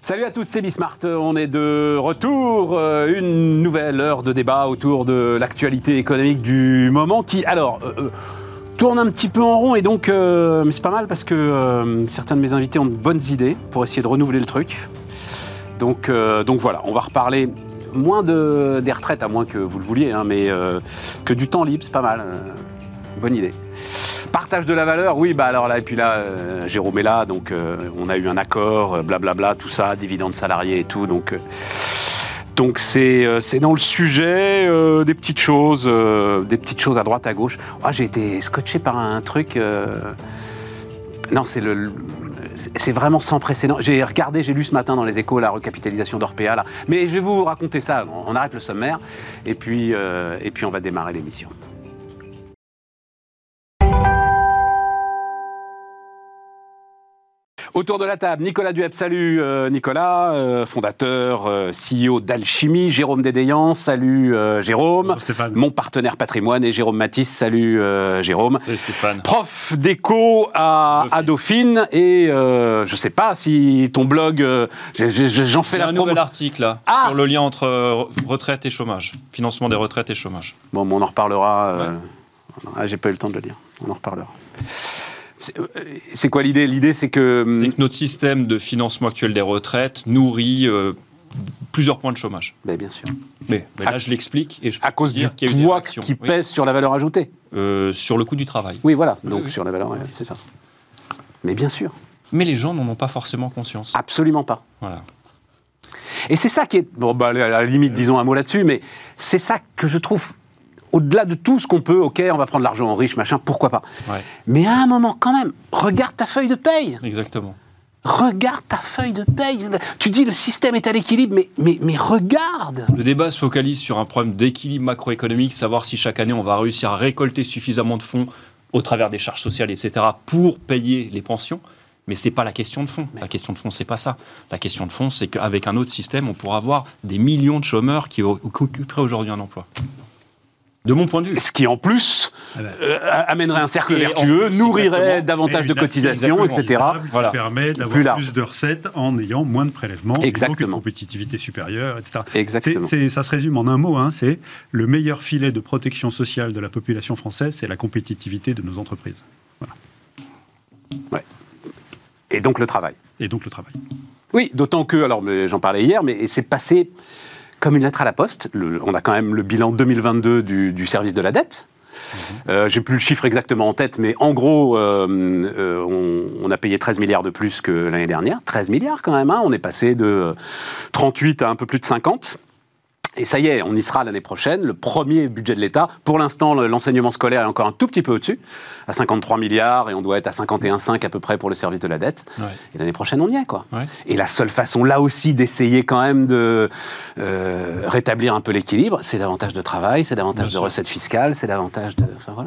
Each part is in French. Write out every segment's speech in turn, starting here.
Salut à tous, c'est Bismart. On est de retour. Une nouvelle heure de débat autour de l'actualité économique du moment qui, tourne un petit peu en rond et donc, mais c'est pas mal parce que certains de mes invités ont de bonnes idées pour essayer de renouveler le truc. Donc voilà, on va reparler moins des retraites, à moins que vous le vouliez, mais que du temps libre, c'est pas mal. Bonne idée. Partage de la valeur, oui, et puis là, Jérôme est là, donc on a eu un accord, blablabla, tout ça, dividendes salariés et tout, donc c'est dans le sujet, des petites choses à droite, à gauche. Oh, j'ai été scotché par un truc, non, c'est vraiment sans précédent. J'ai lu ce matin dans les Échos la recapitalisation d'Orpea, là, mais je vais vous raconter ça, on arrête le sommaire, et puis on va démarrer l'émission. Autour de la table, Nicolas Duhep, salut Nicolas, fondateur, CEO d'Alchimie, Jérôme Dédéian, salut Jérôme, bonjour Stéphane. Mon partenaire patrimoine, et Jérôme Matisse, salut Jérôme. Salut Stéphane. Prof d'éco à Dauphine, et je sais pas si ton blog, j'en fais la promo. Un nouvel article là, sur le lien entre retraite et chômage, financement des retraites et chômage. Bon, on en reparlera, j'ai pas eu le temps de le lire, on en reparlera. C'est quoi l'idée ? L'idée, c'est que notre système de financement actuel des retraites nourrit plusieurs points de chômage. Bien sûr. Mais là, je l'explique. Et je à cause du poids qui pèse sur la valeur ajoutée. Sur le coût du travail. Oui, voilà. Donc, sur la valeur, c'est ça. Mais bien sûr. Mais les gens n'en ont pas forcément conscience. Absolument pas. Voilà. Et c'est ça qui est... à la limite, disons un mot là-dessus, mais c'est ça que je trouve... Au-delà de tout ce qu'on peut, ok, on va prendre l'argent en riche, machin, pourquoi pas. Ouais. Mais à un moment, quand même, regarde ta feuille de paye. Exactement. Regarde ta feuille de paye. Tu dis le système est à l'équilibre, mais regarde. Le débat se focalise sur un problème d'équilibre macroéconomique, savoir si chaque année on va réussir à récolter suffisamment de fonds au travers des charges sociales, etc., pour payer les pensions. Mais c'est pas la question de fond. La question de fond, c'est pas ça. La question de fond, c'est qu'avec un autre système, on pourra avoir des millions de chômeurs qui occuperaient aujourd'hui un emploi. De mon point de vue. Ce qui, en plus, amènerait un cercle vertueux, nourrirait davantage de cotisations, etc. Voilà. Permet d'avoir plus de recettes en ayant moins de prélèvements, et donc une compétitivité supérieure, etc. Exactement. Ça se résume en un mot, c'est le meilleur filet de protection sociale de la population française, c'est la compétitivité de nos entreprises. Voilà. Ouais. Et donc le travail. Oui, d'autant que, j'en parlais hier, mais c'est passé... comme une lettre à la poste. On a quand même le bilan 2022 du service de la dette. J'ai plus le chiffre exactement en tête, mais en gros, on a payé 13 milliards de plus que l'année dernière. 13 milliards quand même, on est passé de 38 à un peu plus de 50. Et ça y est, on y sera l'année prochaine, le premier budget de l'État. Pour l'instant, l'enseignement scolaire est encore un tout petit peu au-dessus, à 53 milliards, et on doit être à 51,5 à peu près pour le service de la dette. Ouais. Et l'année prochaine, on y est, quoi. Ouais. Et la seule façon, là aussi, d'essayer quand même de rétablir un peu l'équilibre, c'est davantage de travail, c'est davantage de recettes fiscales, c'est davantage de... Enfin, voilà.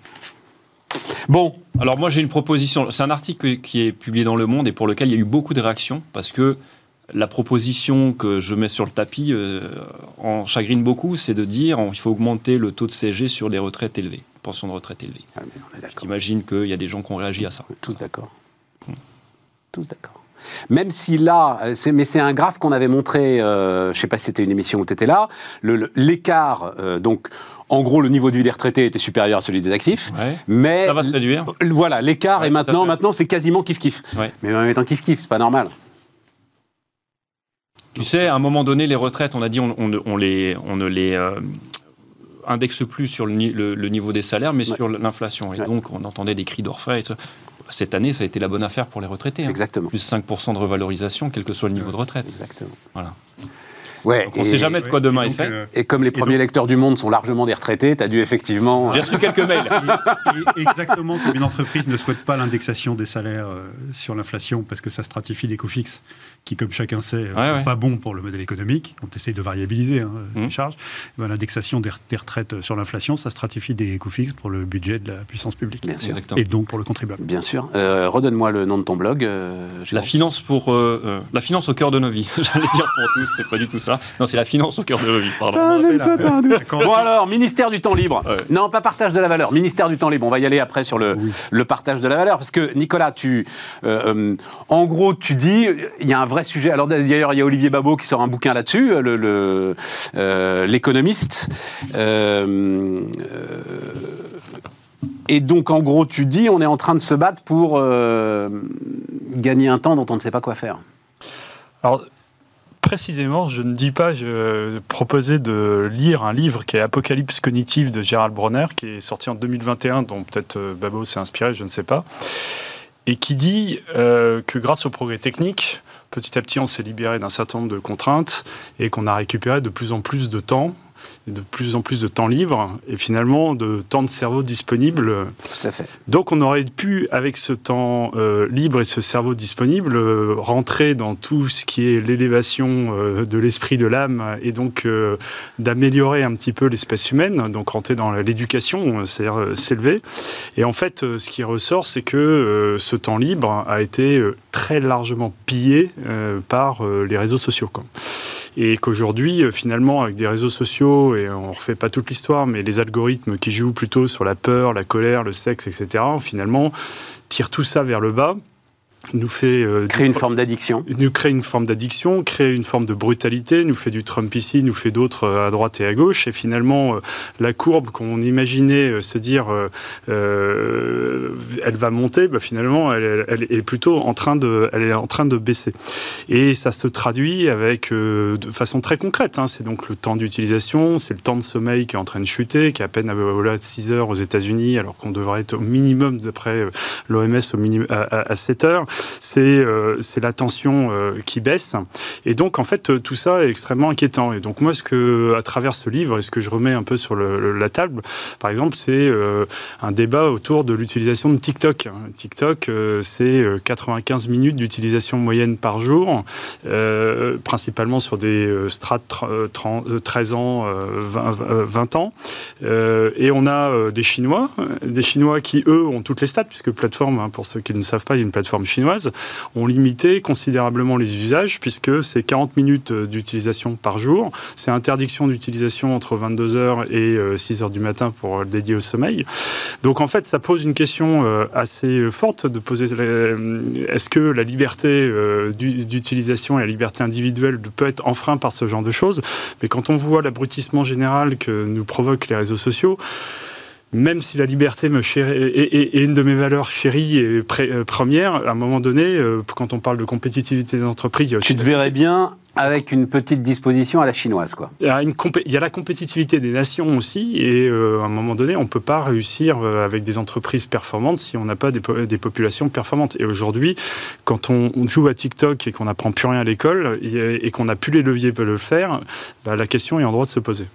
Bon. Alors moi, j'ai une proposition. C'est un article qui est publié dans Le Monde et pour lequel il y a eu beaucoup de réactions, parce que la proposition que je mets sur le tapis en chagrine beaucoup, c'est de dire qu'il faut augmenter le taux de CSG sur les retraites élevées, pensions de retraite élevées. J'imagine qu'il y a des gens qui ont réagi à ça. Tous d'accord. Tous d'accord. Même si là, c'est un graphe qu'on avait montré, je ne sais pas si c'était une émission où tu étais là, l'écart, donc en gros le niveau de vie des retraités était supérieur à celui des actifs, mais ça va se réduire. Voilà, l'écart est maintenant c'est quasiment kiff-kiff. Ouais. Mais en étant kiff-kiff, c'est pas normal. Tu sais, à un moment donné, les retraites, on a dit on ne les indexe plus sur le niveau des salaires, mais sur l'inflation. Et donc, on entendait des cris d'orfraie. Cette année, ça a été la bonne affaire pour les retraités. Exactement. Plus 5% de revalorisation, quel que soit le niveau de retraite. Exactement. Voilà. Ouais, donc on ne sait jamais de quoi demain est fait. Et comme les premiers lecteurs du Monde sont largement des retraités, tu as dû effectivement... J'ai reçu quelques mails. Et exactement comme une entreprise ne souhaite pas l'indexation des salaires sur l'inflation parce que ça stratifie des coûts fixes qui, comme chacun sait, sont pas bons pour le modèle économique. On essaye de variabiliser les charges. L'indexation des retraites sur l'inflation, ça stratifie des coûts fixes pour le budget de la puissance publique. Bien sûr. Et donc pour le contribuable. Bien sûr. Redonne-moi le nom de ton blog. La finance au cœur de nos vies. J'allais dire pour tous, c'est pas du tout ça. Voilà. Non, c'est la finance au cœur de vie, pardon. Bon alors, ministère du temps libre. Ouais. Non, pas partage de la valeur, ministère du temps libre. On va y aller après sur le partage de la valeur. Parce que, Nicolas, en gros, tu dis, il y a un vrai sujet. Alors d'ailleurs, il y a Olivier Babot qui sort un bouquin là-dessus, l'économiste. Et donc, en gros, tu dis, on est en train de se battre pour gagner un temps dont on ne sait pas quoi faire. Alors, précisément, je ne dis pas, je proposais de lire un livre qui est Apocalypse cognitive de Gérald Bronner, qui est sorti en 2021, dont peut-être Babot s'est inspiré, je ne sais pas, et qui dit que grâce au progrès technique, petit à petit, on s'est libéré d'un certain nombre de contraintes et qu'on a récupéré de plus en plus de temps, de plus en plus de temps libre et finalement de temps de cerveau disponible. Tout à fait. Donc on aurait pu, avec ce temps libre et ce cerveau disponible, rentrer dans tout ce qui est l'élévation de l'esprit, de l'âme, et donc d'améliorer un petit peu l'espèce humaine, donc rentrer dans l'éducation, c'est-à-dire s'élever. Et en fait, ce qui ressort, c'est que ce temps libre a été très largement pillé par les réseaux sociaux, quoi. Et qu'aujourd'hui, finalement, avec des réseaux sociaux, et on ne refait pas toute l'histoire, mais les algorithmes qui jouent plutôt sur la peur, la colère, le sexe, etc., finalement, tirent tout ça vers le bas, nous fait... créer une forme d'addiction. Nous crée une forme d'addiction, crée une forme de brutalité, nous fait du Trump ici, nous fait d'autres à droite et à gauche, et finalement, la courbe qu'on imaginait se dire elle va monter, bah, finalement, elle est plutôt en train de baisser. Et ça se traduit avec, de façon très concrète, hein, c'est donc le temps d'utilisation, c'est le temps de sommeil qui est en train de chuter, qui est à peine à 6 heures aux États-Unis, alors qu'on devrait être au minimum, d'après l'OMS, à 7 heures. C'est l'attention qui baisse. Et donc, en fait, tout ça est extrêmement inquiétant. Et donc, moi, à travers ce livre, et ce que je remets un peu sur la table, par exemple, c'est un débat autour de l'utilisation de TikTok. TikTok, c'est 95 minutes d'utilisation moyenne par jour, principalement sur des strates 13 ans, 20 ans. Et on a des Chinois qui, eux, ont toutes les stats, puisque plateforme, hein, pour ceux qui ne savent pas, il y a une plateforme chinoise, ont limité considérablement les usages, puisque c'est 40 minutes d'utilisation par jour. C'est interdiction d'utilisation entre 22h et 6h du matin pour le dédier au sommeil. Donc en fait, ça pose une question assez forte de poser est-ce que la liberté d'utilisation et la liberté individuelle peut être enfreinte par ce genre de choses? Mais quand on voit l'abrutissement général que nous provoquent les réseaux sociaux, même si la liberté est une de mes valeurs chéries et premières, à un moment donné, quand on parle de compétitivité des entreprises... Tu te verrais bien avec une petite disposition à la chinoise, quoi. Il y a la compétitivité des nations aussi, et à un moment donné, on ne peut pas réussir avec des entreprises performantes si on n'a pas des populations performantes. Et aujourd'hui, quand on joue à TikTok et qu'on n'apprend plus rien à l'école, et qu'on n'a plus les leviers pour le faire, bah, la question est en droit de se poser.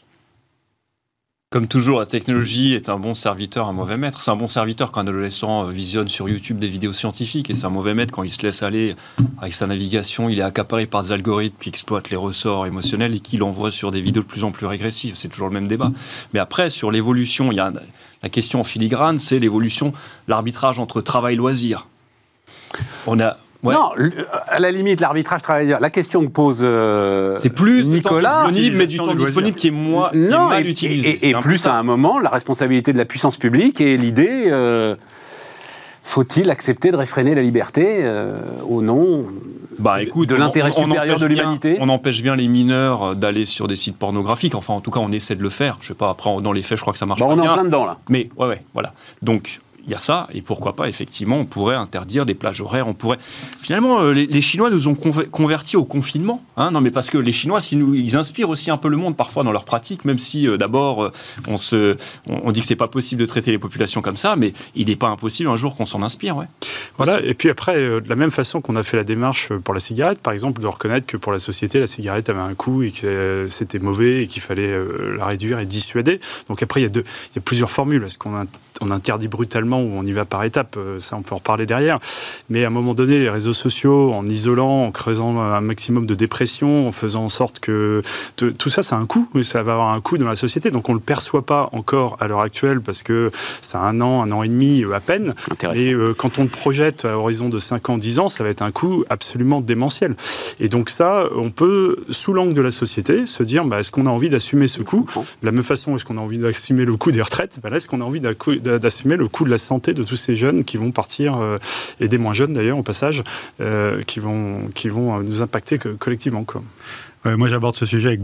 Comme toujours, la technologie est un bon serviteur, un mauvais maître. C'est un bon serviteur quand un adolescent visionne sur YouTube des vidéos scientifiques, et c'est un mauvais maître quand il se laisse aller avec sa navigation, il est accaparé par des algorithmes qui exploitent les ressorts émotionnels et qui l'envoient sur des vidéos de plus en plus régressives. C'est toujours le même débat. Mais après, sur l'évolution, il y a la question en filigrane, c'est l'évolution, l'arbitrage entre travail et loisir. Ouais. Non, à la limite, l'arbitrage travail. La question que pose c'est plus Nicolas, du temps disponible, mais du temps disponible qui est mal utilisé. Et plus à un moment, la responsabilité de la puissance publique et l'idée, faut-il accepter de réfréner la liberté au nom de l'intérêt supérieur de l'humanité? On empêche bien les mineurs d'aller sur des sites pornographiques. Enfin, en tout cas, on essaie de le faire. Je sais pas, après, dans les faits, je crois que ça marche pas bien. On est en plein dedans, là. Mais, voilà. Donc... il y a ça, et pourquoi pas, effectivement, on pourrait interdire des plages horaires, on pourrait... Finalement, les Chinois nous ont convertis au confinement, hein, non, mais parce que les Chinois, ils inspirent aussi un peu le monde, parfois, dans leur pratique, même si, d'abord, on dit que c'est pas possible de traiter les populations comme ça, mais il n'est pas impossible un jour qu'on s'en inspire, ouais. Voilà, et puis après, de la même façon qu'on a fait la démarche pour la cigarette, par exemple, de reconnaître que pour la société, la cigarette avait un coût et que c'était mauvais et qu'il fallait la réduire et dissuader. Donc après, il y a plusieurs formules. Est-ce qu'on interdit brutalement ou on y va par étapes. Ça, on peut en reparler derrière. Mais à un moment donné, les réseaux sociaux, en isolant, en creusant un maximum de dépression, en faisant en sorte que tout ça, ça a un coût. Ça va avoir un coût dans la société. Donc on ne le perçoit pas encore à l'heure actuelle parce que ça a un an et demi à peine. Et quand on le projette à horizon de 5 ans, 10 ans, ça va être un coût absolument démentiel. Et donc ça, on peut, sous l'angle de la société, se dire, est-ce qu'on a envie d'assumer ce coût ? De la même façon, est-ce qu'on a envie d'assumer le coût des retraites ? Là, est-ce qu'on a envie d'assumer le coût de la santé de tous ces jeunes qui vont partir, et des moins jeunes d'ailleurs, au passage, qui vont nous impacter collectivement, quoi. Moi, j'aborde ce sujet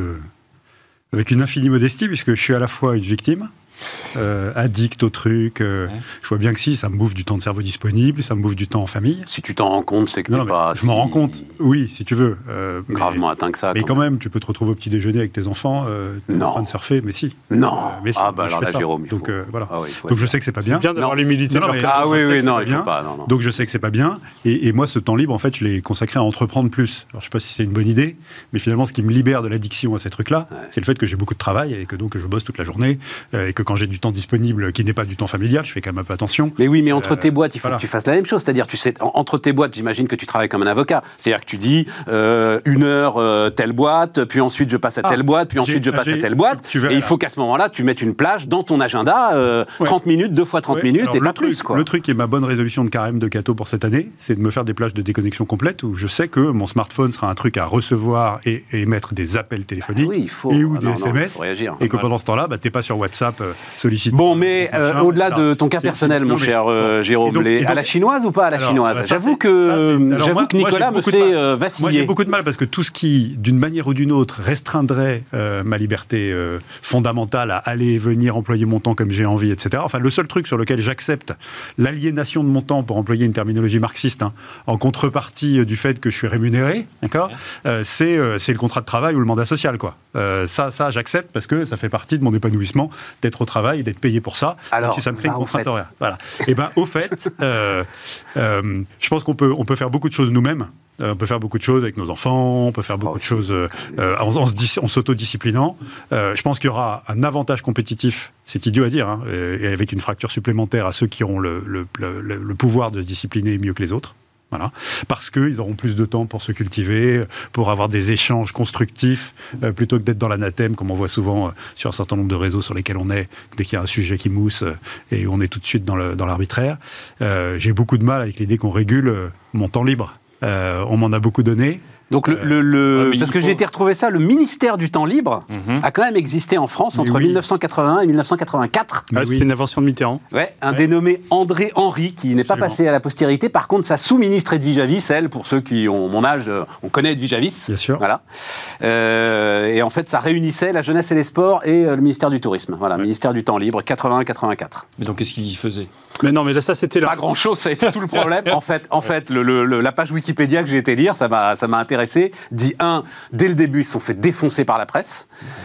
avec une infinie modestie, puisque je suis à la fois une victime, addict au truc. Je vois bien que ça me bouffe du temps de cerveau disponible, ça me bouffe du temps en famille. Si tu t'en rends compte, c'est que t'es pas... Je m'en rends compte, oui, si tu veux. Gravement atteint que ça. Mais quand même, tu peux te retrouver au petit déjeuner avec tes enfants, en train de surfer, mais si. Non. Mais si, alors là, Jérôme, donc voilà. Donc je sais que c'est pas bien. C'est bien d'avoir l'humilité. Il faut pas. Non. Donc je sais que c'est pas bien. Et moi, ce temps libre, en fait, je l'ai consacré à entreprendre plus. Alors je sais pas si c'est une bonne idée, mais finalement, ce qui me libère de l'addiction à ces trucs-là, c'est le fait que j'ai beaucoup de travail et que donc je bosse toute la journée et que quand j'ai du temps disponible qui n'est pas du temps familial, je fais quand même un peu attention. Mais oui, mais entre tes boîtes, il faut que tu fasses la même chose. C'est-à-dire, tu sais, entre tes boîtes, j'imagine que tu travailles comme un avocat. C'est-à-dire que tu dis 1 heure telle boîte, puis ensuite je passe à telle boîte, puis ensuite je passe à telle boîte. Et il faut qu'à ce moment-là, tu mettes une plage dans ton agenda, 30 minutes, 2 fois 30 minutes, et pas plus, quoi. Le truc qui est ma bonne résolution de carême de Cato pour cette année, c'est de me faire des plages de déconnexion complète où je sais que mon smartphone sera un truc à recevoir et émettre des appels téléphoniques ou des SMS, et que pendant ce temps-là, t'es pas sur WhatsApp sollicité. Bon, mais au-delà de ton cas personnel, mon cher Jérôme, à la chinoise ou pas à la chinoise ? J'avoue que Nicolas me fait vaciller. Moi, j'ai beaucoup de mal parce que tout ce qui, d'une manière ou d'une autre, restreindrait ma liberté fondamentale à aller et venir employer mon temps comme j'ai envie, etc. Enfin, le seul truc sur lequel j'accepte l'aliénation de mon temps, pour employer une terminologie marxiste, en contrepartie du fait que je suis rémunéré, d'accord, c'est le contrat de travail ou le mandat social, quoi. Ça, j'accepte parce que ça fait partie de mon épanouissement d'être au travail et d'être payé pour ça. Alors, si ça me crée une contrainte horaire. Voilà. Et au fait, je pense qu'on peut faire beaucoup de choses nous-mêmes. On peut faire beaucoup de choses avec nos enfants, on peut faire beaucoup de choses en s'autodisciplinant. Je pense qu'il y aura un avantage compétitif, c'est idiot à dire, et avec une fracture supplémentaire à ceux qui auront le pouvoir de se discipliner mieux que les autres. Voilà. Parce qu'ils auront plus de temps pour se cultiver, pour avoir des échanges constructifs, plutôt que d'être dans l'anathème, comme on voit souvent sur un certain nombre de réseaux sur lesquels on est, dès qu'il y a un sujet qui mousse, et on est tout de suite dans l'arbitraire. J'ai beaucoup de mal avec l'idée qu'on régule mon temps libre. On m'en a beaucoup donné. Donc parce que j'ai été retrouver ça, le ministère du temps libre a quand même existé en France entre 1981 et 1984. C'était une invention de Mitterrand. Un dénommé André Henry, qui n'est pas passé à la postérité. Par contre, sa sous-ministre Edwige Avis, elle, pour ceux qui ont mon âge, on connaît Edwige Avis. Bien sûr. Voilà. Et en fait, ça réunissait la jeunesse et les sports et le ministère du tourisme. Voilà, ministère du temps libre, 81-84. Mais donc, qu'est-ce qu'il y faisait ? Mais non, mais là, ça, c'était pas grand-chose, ça a été tout le problème. En fait, la page Wikipédia que j'ai été lire, ça m'a intéressé. Dit dès le début, ils se sont fait défoncer par la presse.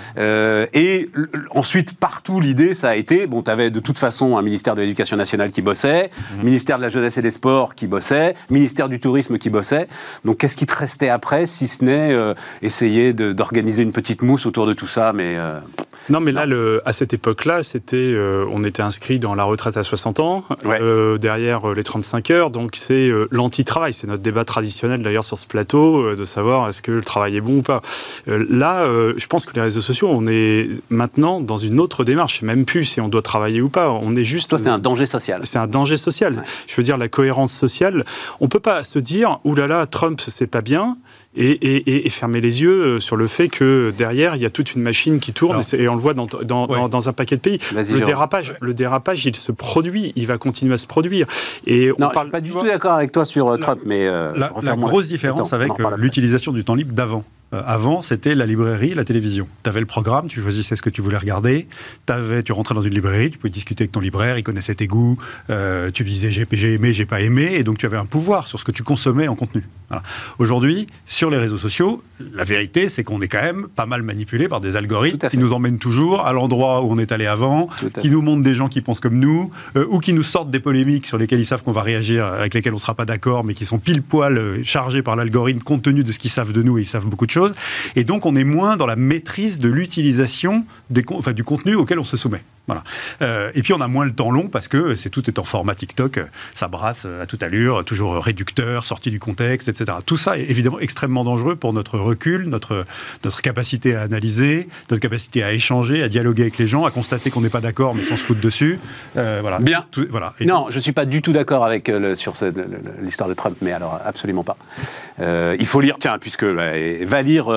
Et ensuite, partout, l'idée, ça a été, tu avais de toute façon un ministère de l'Éducation nationale qui bossait, ministère de la Jeunesse et des Sports qui bossait, ministère du Tourisme qui bossait. Donc, qu'est-ce qui te restait après, si ce n'est essayer d'organiser une petite mousse autour de tout ça, mais... Non, mais là, à cette époque-là, on était inscrit dans la retraite à 60 ans, derrière les 35 heures, donc c'est l'anti-travail. C'est notre débat traditionnel, d'ailleurs, sur ce plateau, de savoir est-ce que le travail est bon ou pas. Là, je pense que les réseaux sociaux, on est maintenant dans une autre démarche. Même plus si on doit travailler ou pas. On est juste... Toi, c'est un danger social. C'est un danger social. Ouais. Je veux dire, la cohérence sociale. On peut pas se dire, oulala, Trump, c'est pas bien, et fermer les yeux sur le fait que derrière, il y a toute une machine qui tourne, et on le voit dans un paquet de pays. Le dérapage, il se produit, il va continuer à se produire. Et je suis pas du tout d'accord avec toi sur Trump, mais... La grosse différence avec l'utilisation du temps libre d'avant. Avant, c'était la librairie et la télévision. Tu avais le programme, tu choisissais ce que tu voulais regarder, tu rentrais dans une librairie, tu pouvais discuter avec ton libraire, il connaissait tes goûts, tu disais j'ai aimé, j'ai pas aimé, et donc tu avais un pouvoir sur ce que tu consommais en contenu. Voilà. Aujourd'hui, sur les réseaux sociaux, la vérité, c'est qu'on est quand même pas mal manipulé par des algorithmes qui nous emmènent toujours à l'endroit où on est allé avant, qui nous montrent des gens qui pensent comme nous, ou qui nous sortent des polémiques sur lesquelles ils savent qu'on va réagir, avec lesquelles on sera pas d'accord, mais qui sont pile poil chargés par l'algorithme compte tenu de ce qu'ils savent de nous, et ils savent beaucoup de choses. Et donc, on est moins dans la maîtrise de l'utilisation du contenu auquel on se soumet. Voilà. Et puis on a moins le temps long parce que tout est en format TikTok, ça brasse à toute allure, toujours réducteur, sorti du contexte, etc. Tout ça est évidemment extrêmement dangereux pour notre recul, notre capacité à analyser, notre capacité à échanger, à dialoguer avec les gens, à constater qu'on n'est pas d'accord mais sans se foutre dessus. Voilà. Bien. Non, je ne suis pas du tout d'accord avec sur l'histoire de Trump, mais alors absolument pas. Il faut lire, tiens, puisque va lire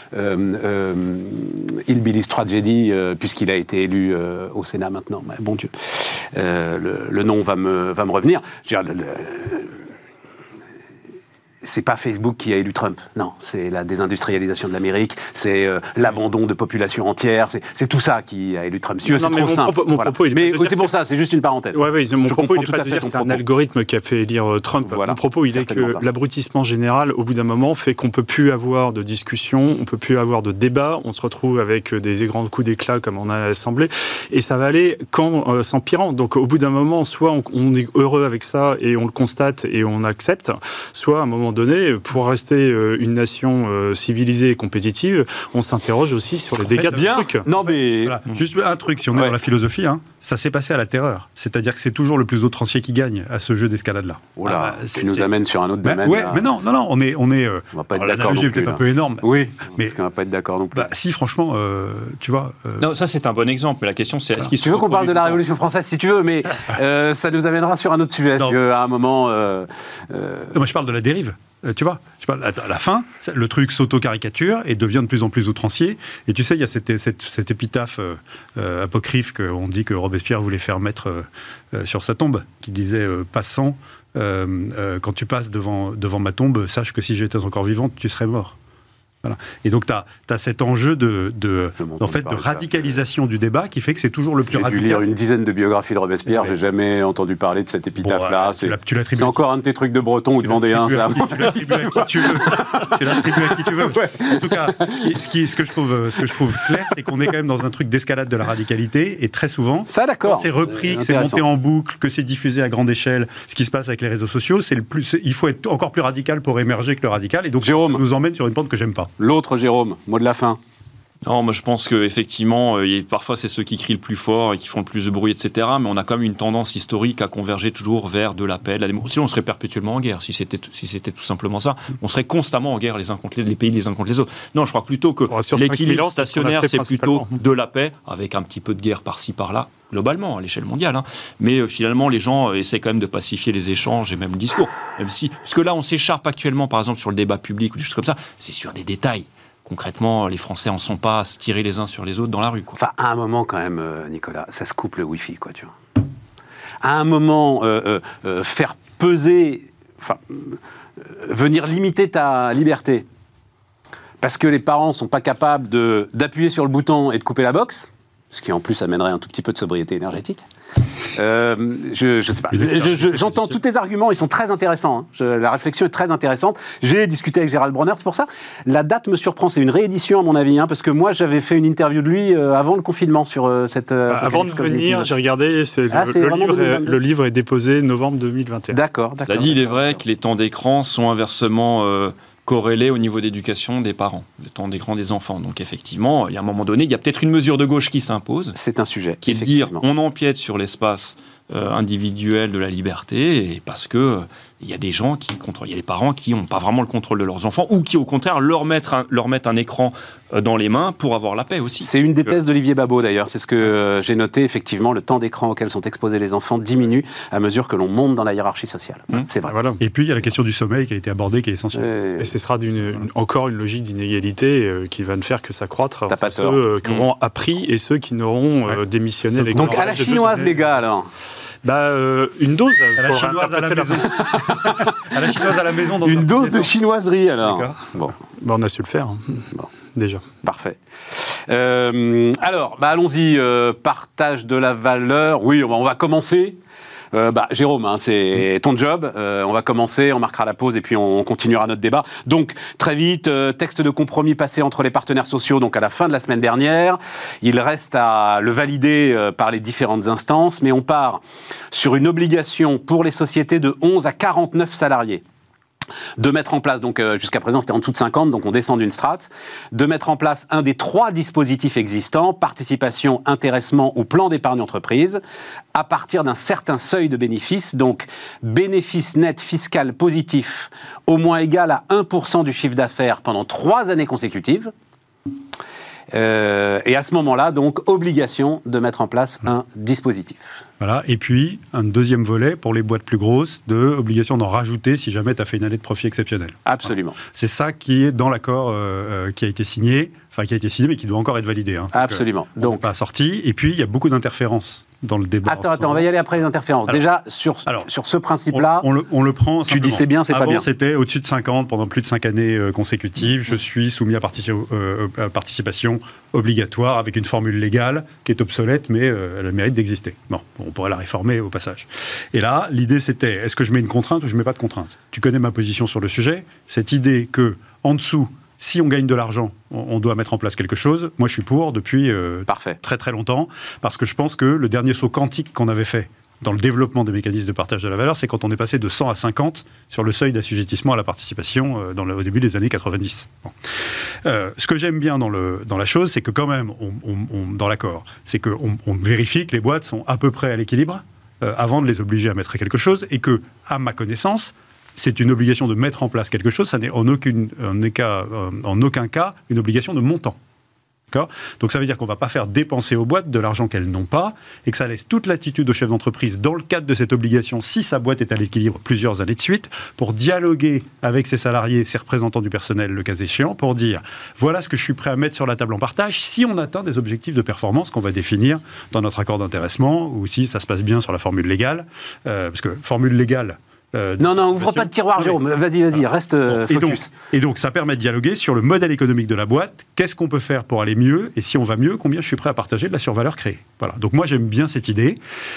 Hillbilly's Tragedy, puisqu'il a été élu au Sénat maintenant, bon Dieu, le nom va me revenir. Je veux dire, c'est pas Facebook qui a élu Trump, non, c'est la désindustrialisation de l'Amérique, c'est l'abandon de populations entières, c'est tout ça qui a élu Trump. C'est trop simple. Mais c'est pour ça, c'est juste une parenthèse. Mon propos, il n'est pas de dire que c'est un algorithme qui a fait élire Trump. Voilà, mon propos, il est que l'abrutissement général, au bout d'un moment, fait qu'on ne peut plus avoir de discussion, on ne peut plus avoir de débat, on se retrouve avec des grands coups d'éclat comme on a à l'Assemblée, et ça va aller qu'en s'empirant. Donc au bout d'un moment, soit on est heureux avec ça et on le constate et on accepte, soit à un moment donné, pour rester une nation civilisée et compétitive, on s'interroge aussi sur les dégâts de trucs. Non, mais voilà. Juste un truc, si on est dans la philosophie, ça s'est passé à la terreur. C'est-à-dire que c'est toujours le plus outrancier qui gagne à ce jeu d'escalade-là. Voilà, ça nous amène sur un autre domaine. Mais non, on est. On va pas être d'accord. L'analogie est peut-être un peu énorme. Oui, mais on va pas être d'accord non plus. Si, franchement, tu vois. Non, ça c'est un bon exemple. Mais la question, c'est est-ce qu'il tu veux qu'on parle de la Révolution française, si tu veux, mais ça nous amènera sur un autre sujet. À un moment. Moi, je parle de la dérive. Tu vois, à la fin, le truc s'auto-caricature et devient de plus en plus outrancier. Et tu sais, il y a cette épitaphe apocryphe qu'on dit que Robespierre voulait faire mettre sur sa tombe, qui disait « Passant, quand tu passes devant ma tombe, sache que si j'étais encore vivante, tu serais mort ». Voilà. Et donc, tu as cet enjeu de radicalisation du débat qui fait que c'est toujours le plus radical. J'ai dû lire une dizaine de biographies de Robespierre, j'ai jamais entendu parler de cette épitaphe-là. C'est encore un de tes trucs de breton ou de vendéen, ça. Tu l'attribues à qui tu veux. Tu l'attribues à qui tu veux. Ouais. En tout cas, ce que je trouve clair, c'est qu'on est quand même dans un truc d'escalade de la radicalité, et très souvent, quand c'est repris, que c'est monté en boucle, que c'est diffusé à grande échelle, ce qui se passe avec les réseaux sociaux, il faut être encore plus radical pour émerger que le radical, et donc Jérôme, ça nous emmène sur une pente que j'aime pas. L'autre, Jérôme, mot de la fin. Non, moi je pense qu'effectivement, parfois c'est ceux qui crient le plus fort et qui font le plus de bruit, etc. Mais on a quand même une tendance historique à converger toujours vers de la paix, de la démocratie. Sinon on serait perpétuellement en guerre, si c'était tout simplement ça. On serait constamment en guerre les pays les uns contre les autres. Non, je crois plutôt que l'équilibre stationnaire, c'est plutôt de la paix, avec un petit peu de guerre par-ci, par-là, globalement, à l'échelle mondiale. Mais finalement, les gens essaient quand même de pacifier les échanges et même le discours. Parce que là, on s'écharpe actuellement, par exemple, sur le débat public ou des choses comme ça, c'est sur des détails. Concrètement, les Français en sont pas à se tirer les uns sur les autres dans la rue, quoi. Enfin, à un moment, quand même, Nicolas, ça se coupe le Wi-Fi, quoi, tu vois. À un moment, faire peser... venir limiter ta liberté parce que les parents sont pas capables d'appuyer sur le bouton et de couper la box, ce qui en plus amènerait un tout petit peu de sobriété énergétique. Je sais pas. J'entends tous tes arguments, ils sont très intéressants. La réflexion est très intéressante. J'ai discuté avec Gérald Bronner, c'est pour ça. La date me surprend, c'est une réédition à mon avis, parce que moi j'avais fait une interview de lui avant le confinement sur cette. Avant de venir, j'ai regardé. Le livre est déposé novembre 2021. D'accord. Cela dit, il est vrai que les temps d'écran sont inversement corrélé au niveau d'éducation des parents, le temps d'écran des enfants. Donc effectivement, il y a un moment donné, il y a peut-être une mesure de gauche qui s'impose. C'est un sujet. Qui est de dire, on empiète sur l'espace individuel de la liberté, et parce que il y a des gens qui contrôlent, il y a des parents qui n'ont pas vraiment le contrôle de leurs enfants, ou qui au contraire leur mettent un écran dans les mains pour avoir la paix aussi. C'est une des thèses d'Olivier Babot d'ailleurs, c'est ce que j'ai noté, effectivement, le temps d'écran auquel sont exposés les enfants diminue à mesure que l'on monte dans la hiérarchie sociale. C'est vrai. Voilà. Et puis il y a la question du sommeil qui a été abordée, qui est essentielle. Et ce sera encore une logique d'inégalité qui va ne faire que s'accroître entre ceux qui auront appris et ceux qui n'auront démissionné. Donc à la chinoise, les gars, alors une dose à la chinoise à la maison. À la chinoise à la maison. Une dose de chinoiserie, alors. Bon. On a su le faire. Bon. Déjà. Parfait. Alors, allons-y. Partage de la valeur. Oui, on va commencer. Jérôme, c'est ton job. On va commencer, on marquera la pause et puis on continuera notre débat. Donc, très vite, texte de compromis passé entre les partenaires sociaux, donc à la fin de la semaine dernière. Il reste à le valider par les différentes instances, mais on part sur une obligation pour les sociétés de 11 à 49 salariés de mettre en place, donc jusqu'à présent c'était en dessous de 50, donc on descend d'une strate, de mettre en place un des 3 dispositifs existants, participation, intéressement ou plan d'épargne entreprise, à partir d'un certain seuil de bénéfice, donc bénéfice net fiscal positif au moins égal à 1% du chiffre d'affaires pendant 3 années consécutives. Et à ce moment-là, donc, obligation de mettre en place un dispositif. Voilà. Et puis, un deuxième volet pour les boîtes plus grosses, obligation d'en rajouter si jamais tu as fait une année de profit exceptionnel. Absolument. Voilà. C'est ça qui est dans l'accord qui a été signé, mais qui doit encore être validé. Hein. Absolument. Donc, on n'est pas sorti. Et puis, il y a beaucoup d'interférences dans le débat. Attends, on va y aller après les interférences. Alors, déjà, sur ce principe-là, on le prend simplement. Tu dis c'est bien, c'est pas bien. Avant, c'était au-dessus de 50 pendant plus de 5 années consécutives. Je suis soumis à participation obligatoire avec une formule légale qui est obsolète, mais elle a le mérite d'exister. Bon, on pourrait la réformer au passage. Et là, l'idée c'était, est-ce que je mets une contrainte ou je ne mets pas de contrainte ? Tu connais ma position sur le sujet. Cette idée que, en dessous, si on gagne de l'argent, on doit mettre en place quelque chose. Moi, je suis pour depuis très très longtemps, parce que je pense que le dernier saut quantique qu'on avait fait dans le développement des mécanismes de partage de la valeur, c'est quand on est passé de 100 à 50 sur le seuil d'assujettissement à la participation au début des années 90. Bon. Ce que j'aime bien dans la chose, c'est que quand même, dans l'accord, c'est qu'on vérifie que les boîtes sont à peu près à l'équilibre avant de les obliger à mettre quelque chose, et que, à ma connaissance, c'est une obligation de mettre en place quelque chose, ça n'est en aucun cas une obligation de montant. D'accord ? Donc ça veut dire qu'on ne va pas faire dépenser aux boîtes de l'argent qu'elles n'ont pas, et que ça laisse toute latitude au chef d'entreprise, dans le cadre de cette obligation, si sa boîte est à l'équilibre plusieurs années de suite, pour dialoguer avec ses salariés, ses représentants du personnel, le cas échéant, pour dire voilà ce que je suis prêt à mettre sur la table en partage si on atteint des objectifs de performance qu'on va définir dans notre accord d'intéressement, ou si ça se passe bien sur la formule légale, parce que formule légale, non, ouvre pas de tiroir, Jérôme. Vas-y, reste focus. Et donc, ça permet de dialoguer sur le modèle économique de la boîte. Qu'est-ce qu'on peut faire pour aller mieux ? Et si on va mieux, combien je suis prêt à partager de la survaleur créée ? Voilà. Donc, moi, j'aime bien cette idée.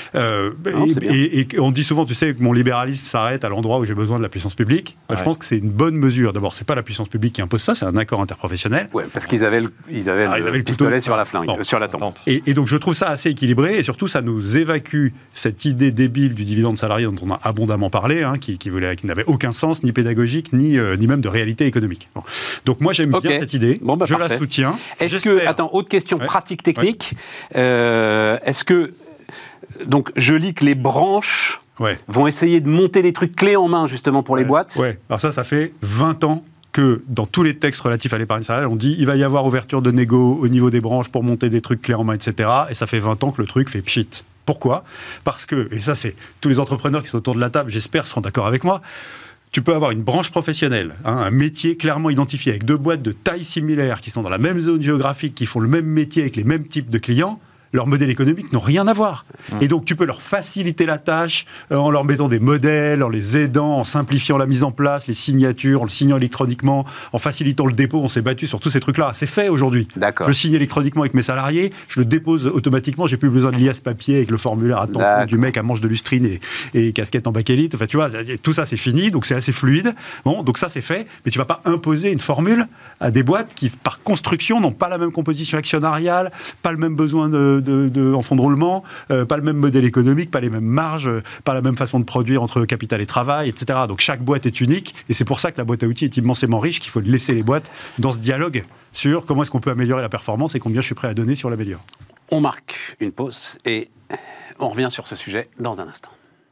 Et on dit souvent, tu sais, que mon libéralisme s'arrête à l'endroit où j'ai besoin de la puissance publique. Ouais. Je pense que c'est une bonne mesure. D'abord, c'est pas la puissance publique qui impose ça, c'est un accord interprofessionnel. Ouais, parce qu'ils avaient le pistolet sur la flingue, sur la tempe. Et donc, je trouve ça assez équilibré. Et surtout, ça nous évacue cette idée débile du dividende salarié dont on a abondamment parlé, qui n'avait aucun sens, ni pédagogique, ni même de réalité économique. Bon. Donc moi, j'aime bien cette idée, je la soutiens. Autre question pratique technique, est-ce que, donc je lis que les branches vont essayer de monter des trucs clés en main, justement, pour les boîtes. Ouais, alors ça fait 20 ans que dans tous les textes relatifs à l'épargne salariale, on dit il va y avoir ouverture de négo au niveau des branches pour monter des trucs clés en main, etc. Et ça fait 20 ans que le truc fait pchit. Pourquoi ? Parce que, et ça c'est tous les entrepreneurs qui sont autour de la table, j'espère, seront d'accord avec moi, tu peux avoir une branche professionnelle, un métier clairement identifié, avec 2 boîtes de taille similaire qui sont dans la même zone géographique, qui font le même métier avec les mêmes types de clients. Leurs modèles économiques n'ont rien à voir. Et donc, tu peux leur faciliter la tâche en leur mettant des modèles, en les aidant, en simplifiant la mise en place, les signatures, en le signant électroniquement, en facilitant le dépôt. On s'est battu sur tous ces trucs-là. C'est fait aujourd'hui. D'accord. Je signe électroniquement avec mes salariés, je le dépose automatiquement. J'ai plus besoin de liasse papier avec le formulaire à temps du mec à manche de lustrine et casquette en bakélite. Enfin, tu vois, tout ça, c'est fini. Donc, c'est assez fluide. Bon, donc ça, c'est fait. Mais tu vas pas imposer une formule à des boîtes qui, par construction, n'ont pas la même composition actionnariale, pas le même besoin en fonds de roulement, pas le même modèle économique, pas les mêmes marges, pas la même façon de produire entre capital et travail, etc. Donc chaque boîte est unique, et c'est pour ça que la boîte à outils est immensément riche, qu'il faut laisser les boîtes dans ce dialogue sur comment est-ce qu'on peut améliorer la performance et combien je suis prêt à donner sur l'améliore. On marque une pause et on revient sur ce sujet dans un instant.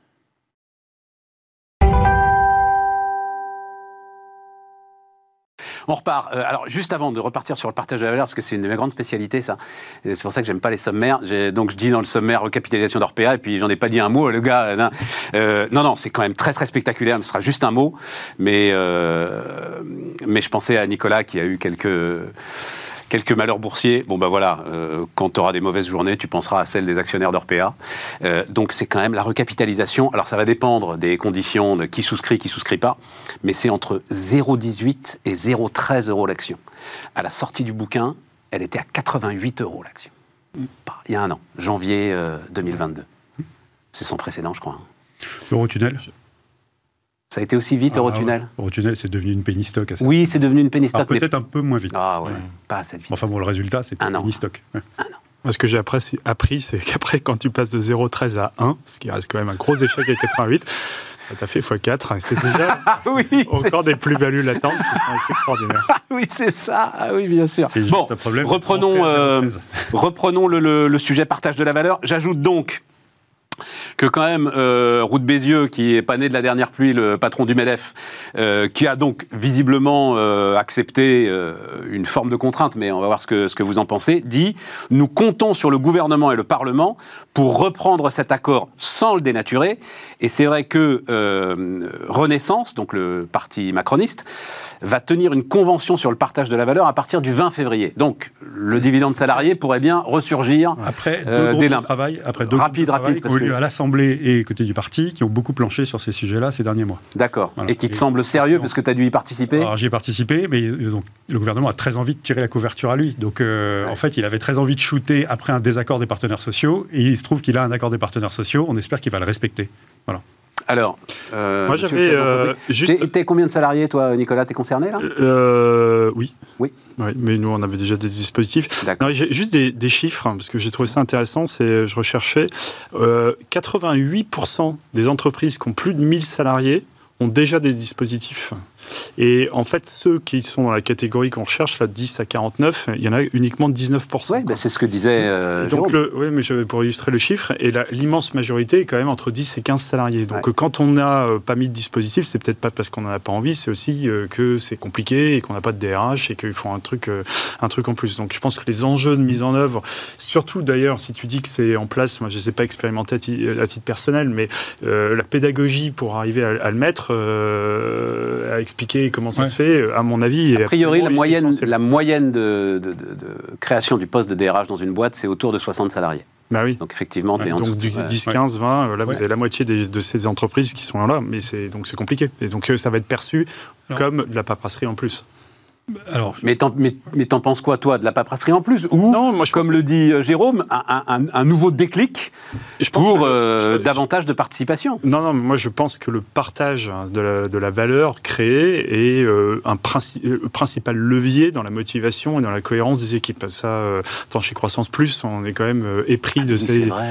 On repart. Alors, juste avant de repartir sur le partage de la valeur, parce que c'est une de mes grandes spécialités, ça. Et c'est pour ça que j'aime pas les sommaires. Donc, je dis dans le sommaire recapitalisation d'Orpea, et puis j'en ai pas dit un mot, le gars. Non, c'est quand même très, très spectaculaire. Ce sera juste un mot. Mais je pensais à Nicolas qui a eu quelques malheurs boursiers. Bon, voilà, quand tu auras des mauvaises journées, tu penseras à celle des actionnaires d'Orpea. Donc, c'est quand même la recapitalisation. Alors, ça va dépendre des conditions de qui souscrit pas, mais c'est entre 0,18 et 0,13 € l'action. À la sortie du bouquin, elle était à 88 € l'action. Il y a un an, janvier 2022. C'est sans précédent, je crois. Eurotunnel. Ça a été aussi vite, Eurotunnel. Eurotunnel, c'est devenu une penny stock. Oui, c'est devenu une penny stock. Peut-être un peu moins vite. Ah ouais, pas assez vite. Enfin bon, le résultat, c'est une penny stock. Ouais. Un an. Ce que j'ai appris, c'est qu'après, quand tu passes de 0,13 à 1, ce qui reste quand même un gros échec avec 88, Tu as fait x4, c'est déjà encore des plus-values latentes qui sont extraordinaires. Oui, c'est ça. Ah oui, bien sûr. C'est juste un problème. Reprenons le sujet partage de la valeur. J'ajoute donc que quand même, Roux de Bézieux, qui est pas né de la dernière pluie, le patron du MEDEF, qui a donc visiblement accepté une forme de contrainte, mais on va voir ce que vous en pensez, dit « Nous comptons sur le gouvernement et le Parlement pour reprendre cet accord sans le dénaturer ». Et c'est vrai que Renaissance, donc le parti macroniste, va tenir une convention sur le partage de la valeur à partir du 20 février. Donc, le dividende salarié pourrait bien ressurgir après deux groupes de travail, rapide, qui ont eu lieu à l'Assemblée et côté du parti, qui ont beaucoup planché sur ces sujets-là ces derniers mois. D'accord. Voilà. Et qui te semblent sérieux, parce que tu as dû y participer? Alors, j'y ai participé, mais le gouvernement a très envie de tirer la couverture à lui. Donc, en fait, il avait très envie de shooter après un désaccord des partenaires sociaux, et il se trouve qu'il a un accord des partenaires sociaux. On espère qu'il va le respecter. Voilà. Alors, moi j'avais juste. T'es combien de salariés, toi, Nicolas? T'es concerné là? Oui. Mais nous, on avait déjà des dispositifs. Non, j'ai juste des chiffres, parce que j'ai trouvé ça intéressant. Je recherchais 88% des entreprises qui ont plus de 1000 salariés ont déjà des dispositifs. Et en fait, ceux qui sont dans la catégorie qu'on recherche, là, 10 à 49, il y en a uniquement 19%. Oui, c'est ce que disait donc mais pour illustrer le chiffre, et l'immense majorité est quand même entre 10 et 15 salariés. Donc quand on n'a pas mis de dispositif, c'est peut-être pas parce qu'on n'en a pas envie, c'est aussi que c'est compliqué et qu'on n'a pas de DRH et qu'il faut un truc en plus. Donc je pense que les enjeux de mise en œuvre, surtout d'ailleurs, si tu dis que c'est en place, moi je ne sais pas expérimenter à titre personnel, mais la pédagogie pour arriver à le mettre, à expliquer comment ça se fait, à mon avis. A priori, la moyenne de création du poste de DRH dans une boîte, c'est autour de 60 salariés. Bah oui. Donc effectivement, tu es en dessous. Donc 10, 15, 20, là vous avez la moitié de ces entreprises qui sont là, mais c'est compliqué. Et donc ça va être perçu comme de la paperasserie en plus. Alors, mais t'en penses quoi, toi, de la paperasserie en plus? Ou, comme le dit Jérôme, un nouveau déclic pour davantage de participation? Non, moi je pense que le partage de la valeur créée est un principal levier dans la motivation et dans la cohérence des équipes. Ça, tant chez Croissance Plus, on est quand même épris de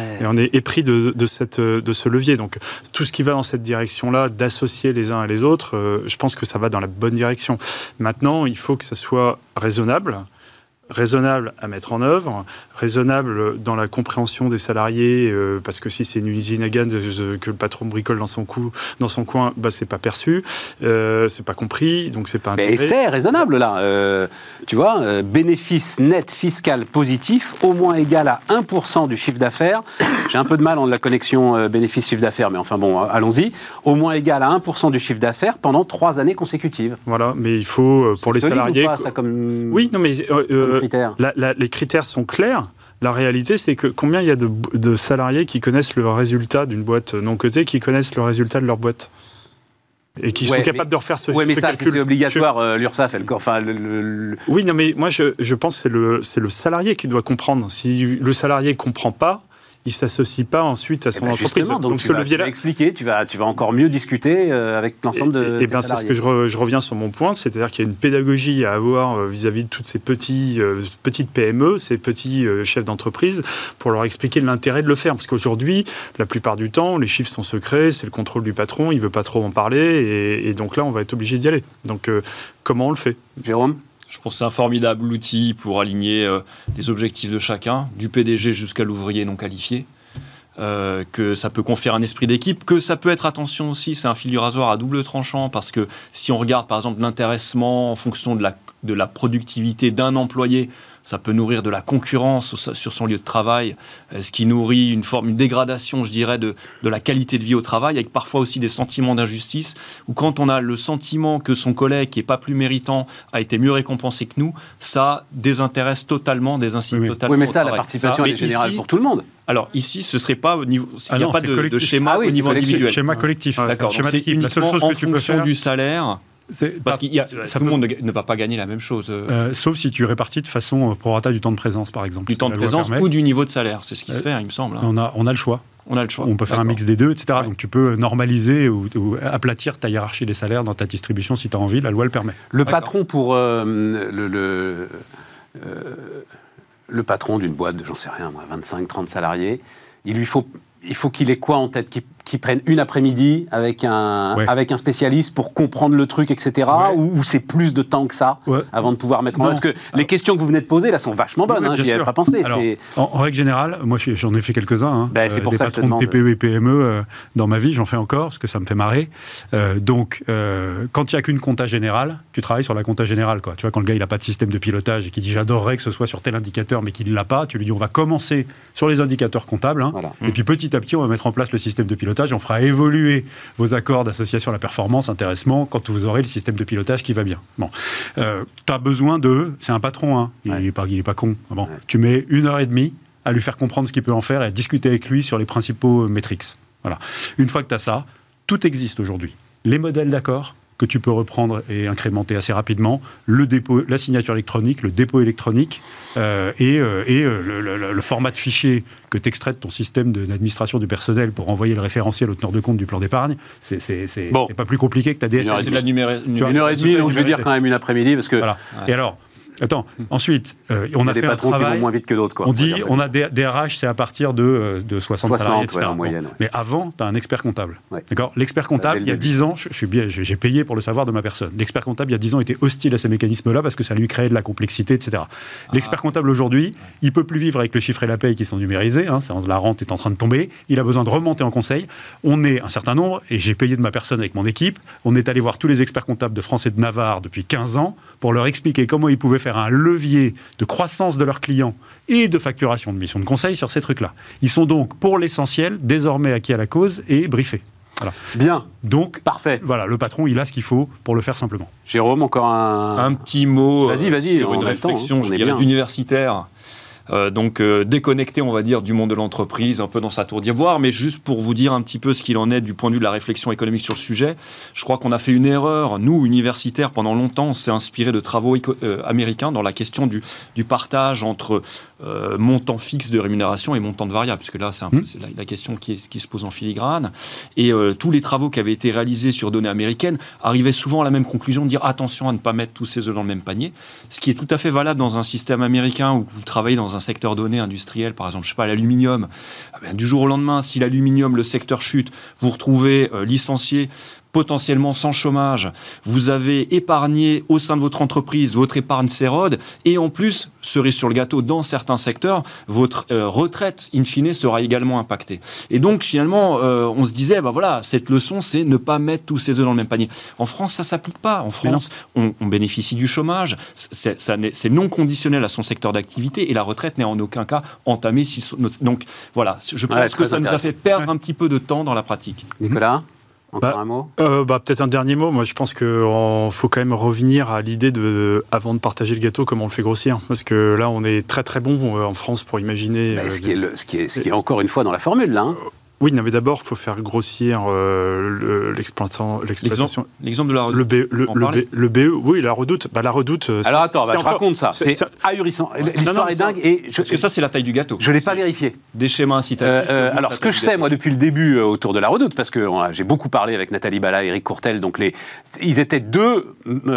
ce levier. Donc tout ce qui va dans cette direction-là, d'associer les uns et les autres, je pense que ça va dans la bonne direction. Maintenant, il faut que ça soit raisonnable à mettre en œuvre, raisonnable dans la compréhension des salariés, parce que si c'est une usine à gaz que le patron bricole dans son coin, c'est pas perçu, c'est pas compris, donc c'est pas intégré. Mais c'est raisonnable là, tu vois, bénéfice net fiscal positif, au moins égal à 1% du chiffre d'affaires. J'ai un peu de mal en la connexion bénéfice-chiffre d'affaires, mais enfin bon, allons-y. Au moins égal à 1% du chiffre d'affaires pendant 3 années consécutives. Voilà, mais il faut, pour les salariés... Ou pas, ça, comme... Oui, non mais... critères. Les critères sont clairs. La réalité, c'est que combien il y a de salariés qui connaissent le résultat d'une boîte non cotée, qui connaissent le résultat de leur boîte et qui sont capables de refaire ce calcul. Oui, mais ça, c'est obligatoire, l'URSSAF. Oui, non, mais moi, je pense que c'est le salarié qui doit comprendre. Si le salarié ne comprend pas, il ne s'associe pas ensuite à son entreprise. Donc tu vas expliquer, tu vas encore mieux discuter avec l'ensemble de bien, c'est ce que je reviens sur mon point, c'est-à-dire qu'il y a une pédagogie à avoir vis-à-vis de toutes ces petites PME, ces petits chefs d'entreprise, pour leur expliquer l'intérêt de le faire. Parce qu'aujourd'hui, la plupart du temps, les chiffres sont secrets, c'est le contrôle du patron, il ne veut pas trop en parler, et donc là, on va être obligé d'y aller. Donc, comment on le fait? Jérôme? Je pense que c'est un formidable outil pour aligner les objectifs de chacun, du PDG jusqu'à l'ouvrier non qualifié, que ça peut conférer un esprit d'équipe, que ça peut être, attention aussi, c'est un fil du rasoir à double tranchant, parce que si on regarde par exemple l'intéressement en fonction de la productivité d'un employé, ça peut nourrir de la concurrence sur son lieu de travail, ce qui nourrit une dégradation, je dirais, de la qualité de vie au travail, avec parfois aussi des sentiments d'injustice, où quand on a le sentiment que son collègue, qui n'est pas plus méritant, a été mieux récompensé que nous, ça désintéresse totalement, désincite totalement. Oui, mais ça, la participation est générale pour tout le monde. Alors ici, ce ne serait pas au niveau... Il n'y a pas de schéma au niveau individuel. Schéma collectif. D'accord, donc c'est uniquement en fonction du salaire... Parce que tout le monde ne va pas gagner la même chose. Sauf si tu répartis de façon prorata du temps de présence, par exemple. Du temps de présence ou du niveau de salaire, c'est ce qui se fait, il me semble. On a le choix. On peut faire un mix des deux, etc. Ouais. Donc tu peux normaliser ou aplatir ta hiérarchie des salaires dans ta distribution si tu as envie, la loi le permet. Le patron pour le patron d'une boîte de, j'en sais rien moi, 25-30 salariés, il faut qu'il ait quoi en tête? qu'ils prennent une après-midi avec un spécialiste pour comprendre le truc, etc. Ou c'est plus de temps que ça avant de pouvoir mettre en place. Parce que les questions que vous venez de poser, là, sont vachement bonnes. J'y avais pas pensé. Alors, en règle générale, moi, j'en ai fait quelques-uns. C'est pour des ça patrons de TPE et PME dans ma vie, j'en fais encore, parce que ça me fait marrer. Donc, quand il n'y a qu'une compta générale, tu travailles sur la compta générale, quoi. Tu vois, quand le gars, il n'a pas de système de pilotage et qu'il dit « j'adorerais que ce soit sur tel indicateur, mais qu'il ne l'a pas », tu lui dis « on va commencer sur les indicateurs comptables, et puis petit à petit, on va mettre en place le système de pilotage, et on fera évoluer vos accords d'association à la performance, intéressement, quand vous aurez le système de pilotage qui va bien. » Bon. Tu as besoin de... C'est un patron, il n'est pas con. Bon. Tu mets 1h30 à lui faire comprendre ce qu'il peut en faire et à discuter avec lui sur les principaux métriques. Voilà. Une fois que tu as ça, tout existe aujourd'hui. Les modèles d'accords que tu peux reprendre et incrémenter assez rapidement, le dépôt, la signature électronique, le dépôt électronique et le format de fichier que tu extrais de ton système d'administration du personnel pour envoyer le référentiel au teneur de compte du plan d'épargne, c'est pas plus compliqué que ta DSS. C'est de la numérisation. 1h30, donc je vais dire quand même une après-midi, parce que... Voilà. Et alors, attends, ensuite, on a fait un travail... qui vont moins vite que d'autres, quoi. On dit, on a des RH, c'est à partir de 60 salariés, etc. En moyenne, Mais avant, tu as un expert comptable. D'accord ? L'expert comptable, il y a 10 ans, j'ai payé pour le savoir de ma personne. L'expert comptable, il y a 10 ans, était hostile à ces mécanismes-là parce que ça lui créait de la complexité, etc. L'expert comptable, aujourd'hui, il ne peut plus vivre avec le chiffre et la paye qui sont numérisés. La rente est en train de tomber. Il a besoin de remonter en conseil. On est un certain nombre, et j'ai payé de ma personne avec mon équipe. On est allé voir tous les experts comptables de France et de Navarre depuis 15 ans pour leur expliquer comment ils pouvaient faire un levier de croissance de leurs clients et de facturation de mission de conseil sur ces trucs-là. Ils sont donc, pour l'essentiel, désormais acquis à la cause et briefés. Voilà. Bien. Donc, parfait. Voilà, le patron, il a ce qu'il faut pour le faire simplement. Jérôme, encore un petit mot vas-y, sur une réflexion, je dirais, d'universitaire. Donc déconnecté, on va dire, du monde de l'entreprise, un peu dans sa tour d'ivoire, mais juste pour vous dire un petit peu ce qu'il en est du point de vue de la réflexion économique sur le sujet, je crois qu'on a fait une erreur. Nous, universitaires, pendant longtemps, on s'est inspiré de travaux américains dans la question du partage entre montant fixe de rémunération et montant de variable, puisque là, c'est un peu la question qui se pose en filigrane. Et tous les travaux qui avaient été réalisés sur données américaines arrivaient souvent à la même conclusion, de dire attention à ne pas mettre tous ces œufs dans le même panier, ce qui est tout à fait valable dans un système américain où vous travaillez dans un secteur donné industriel, par exemple, je sais pas, l'aluminium. Du jour au lendemain, si l'aluminium, le secteur chute, vous retrouvez licencié, potentiellement sans chômage, vous avez épargné au sein de votre entreprise, votre épargne s'érode, et en plus, cerise sur le gâteau, dans certains secteurs, votre retraite, in fine, sera également impactée. Et donc, finalement, on se disait, voilà, cette leçon, c'est ne pas mettre tous ces œufs dans le même panier. En France, ça ne s'applique pas. En France, on bénéficie du chômage, c'est non conditionnel à son secteur d'activité, et la retraite n'est en aucun cas entamée. Donc, voilà, je pense que ça nous a fait perdre un petit peu de temps dans la pratique. Nicolas ? Encore un mot ? Peut-être un dernier mot. Moi, je pense qu'il faut quand même revenir à l'idée avant de partager le gâteau, comment on le fait grossir. Parce que là, on est très très bon en France pour imaginer... ce qui est encore une fois dans la formule, là. Oui, mais d'abord, il faut faire grossir l'exploitation. L'exemple de la Redoute. Le BE, oui, la Redoute. La Redoute. Alors attends, je raconte ça. C'est ahurissant. L'histoire est dingue. Parce que ça, c'est la taille du gâteau. Je ne l'ai pas vérifié. Des schémas incitatifs. Alors, ce que je sais, moi, depuis le début, autour de la Redoute, parce que j'ai beaucoup parlé avec Nathalie Bala et Éric Courtel, donc ils étaient deux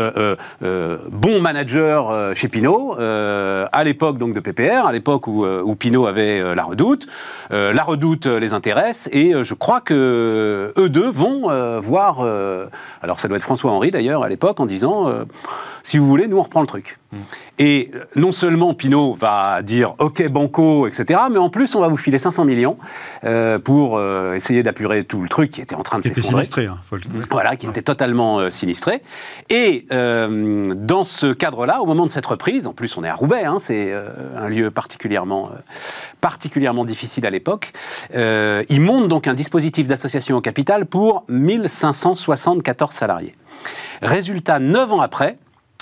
bons managers chez Pinault, à l'époque donc de PPR, à l'époque où Pinault avait la Redoute. La Redoute les intéresse. Et je crois que eux deux vont voir, alors ça doit être François-Henri d'ailleurs à l'époque, en disant si vous voulez, nous on reprend le truc. Et non seulement Pinault va dire ok banco, etc., mais en plus on va vous filer 500 millions pour essayer d'apurer tout le truc qui était en train de s'effondrer. Qui était sinistré. Voilà, qui était totalement sinistré. Et dans ce cadre-là, au moment de cette reprise, en plus on est à Roubaix, c'est un lieu particulièrement difficile à l'époque, ils montent donc un dispositif d'association au capital pour 1574 salariés. Résultat, 9 ans après,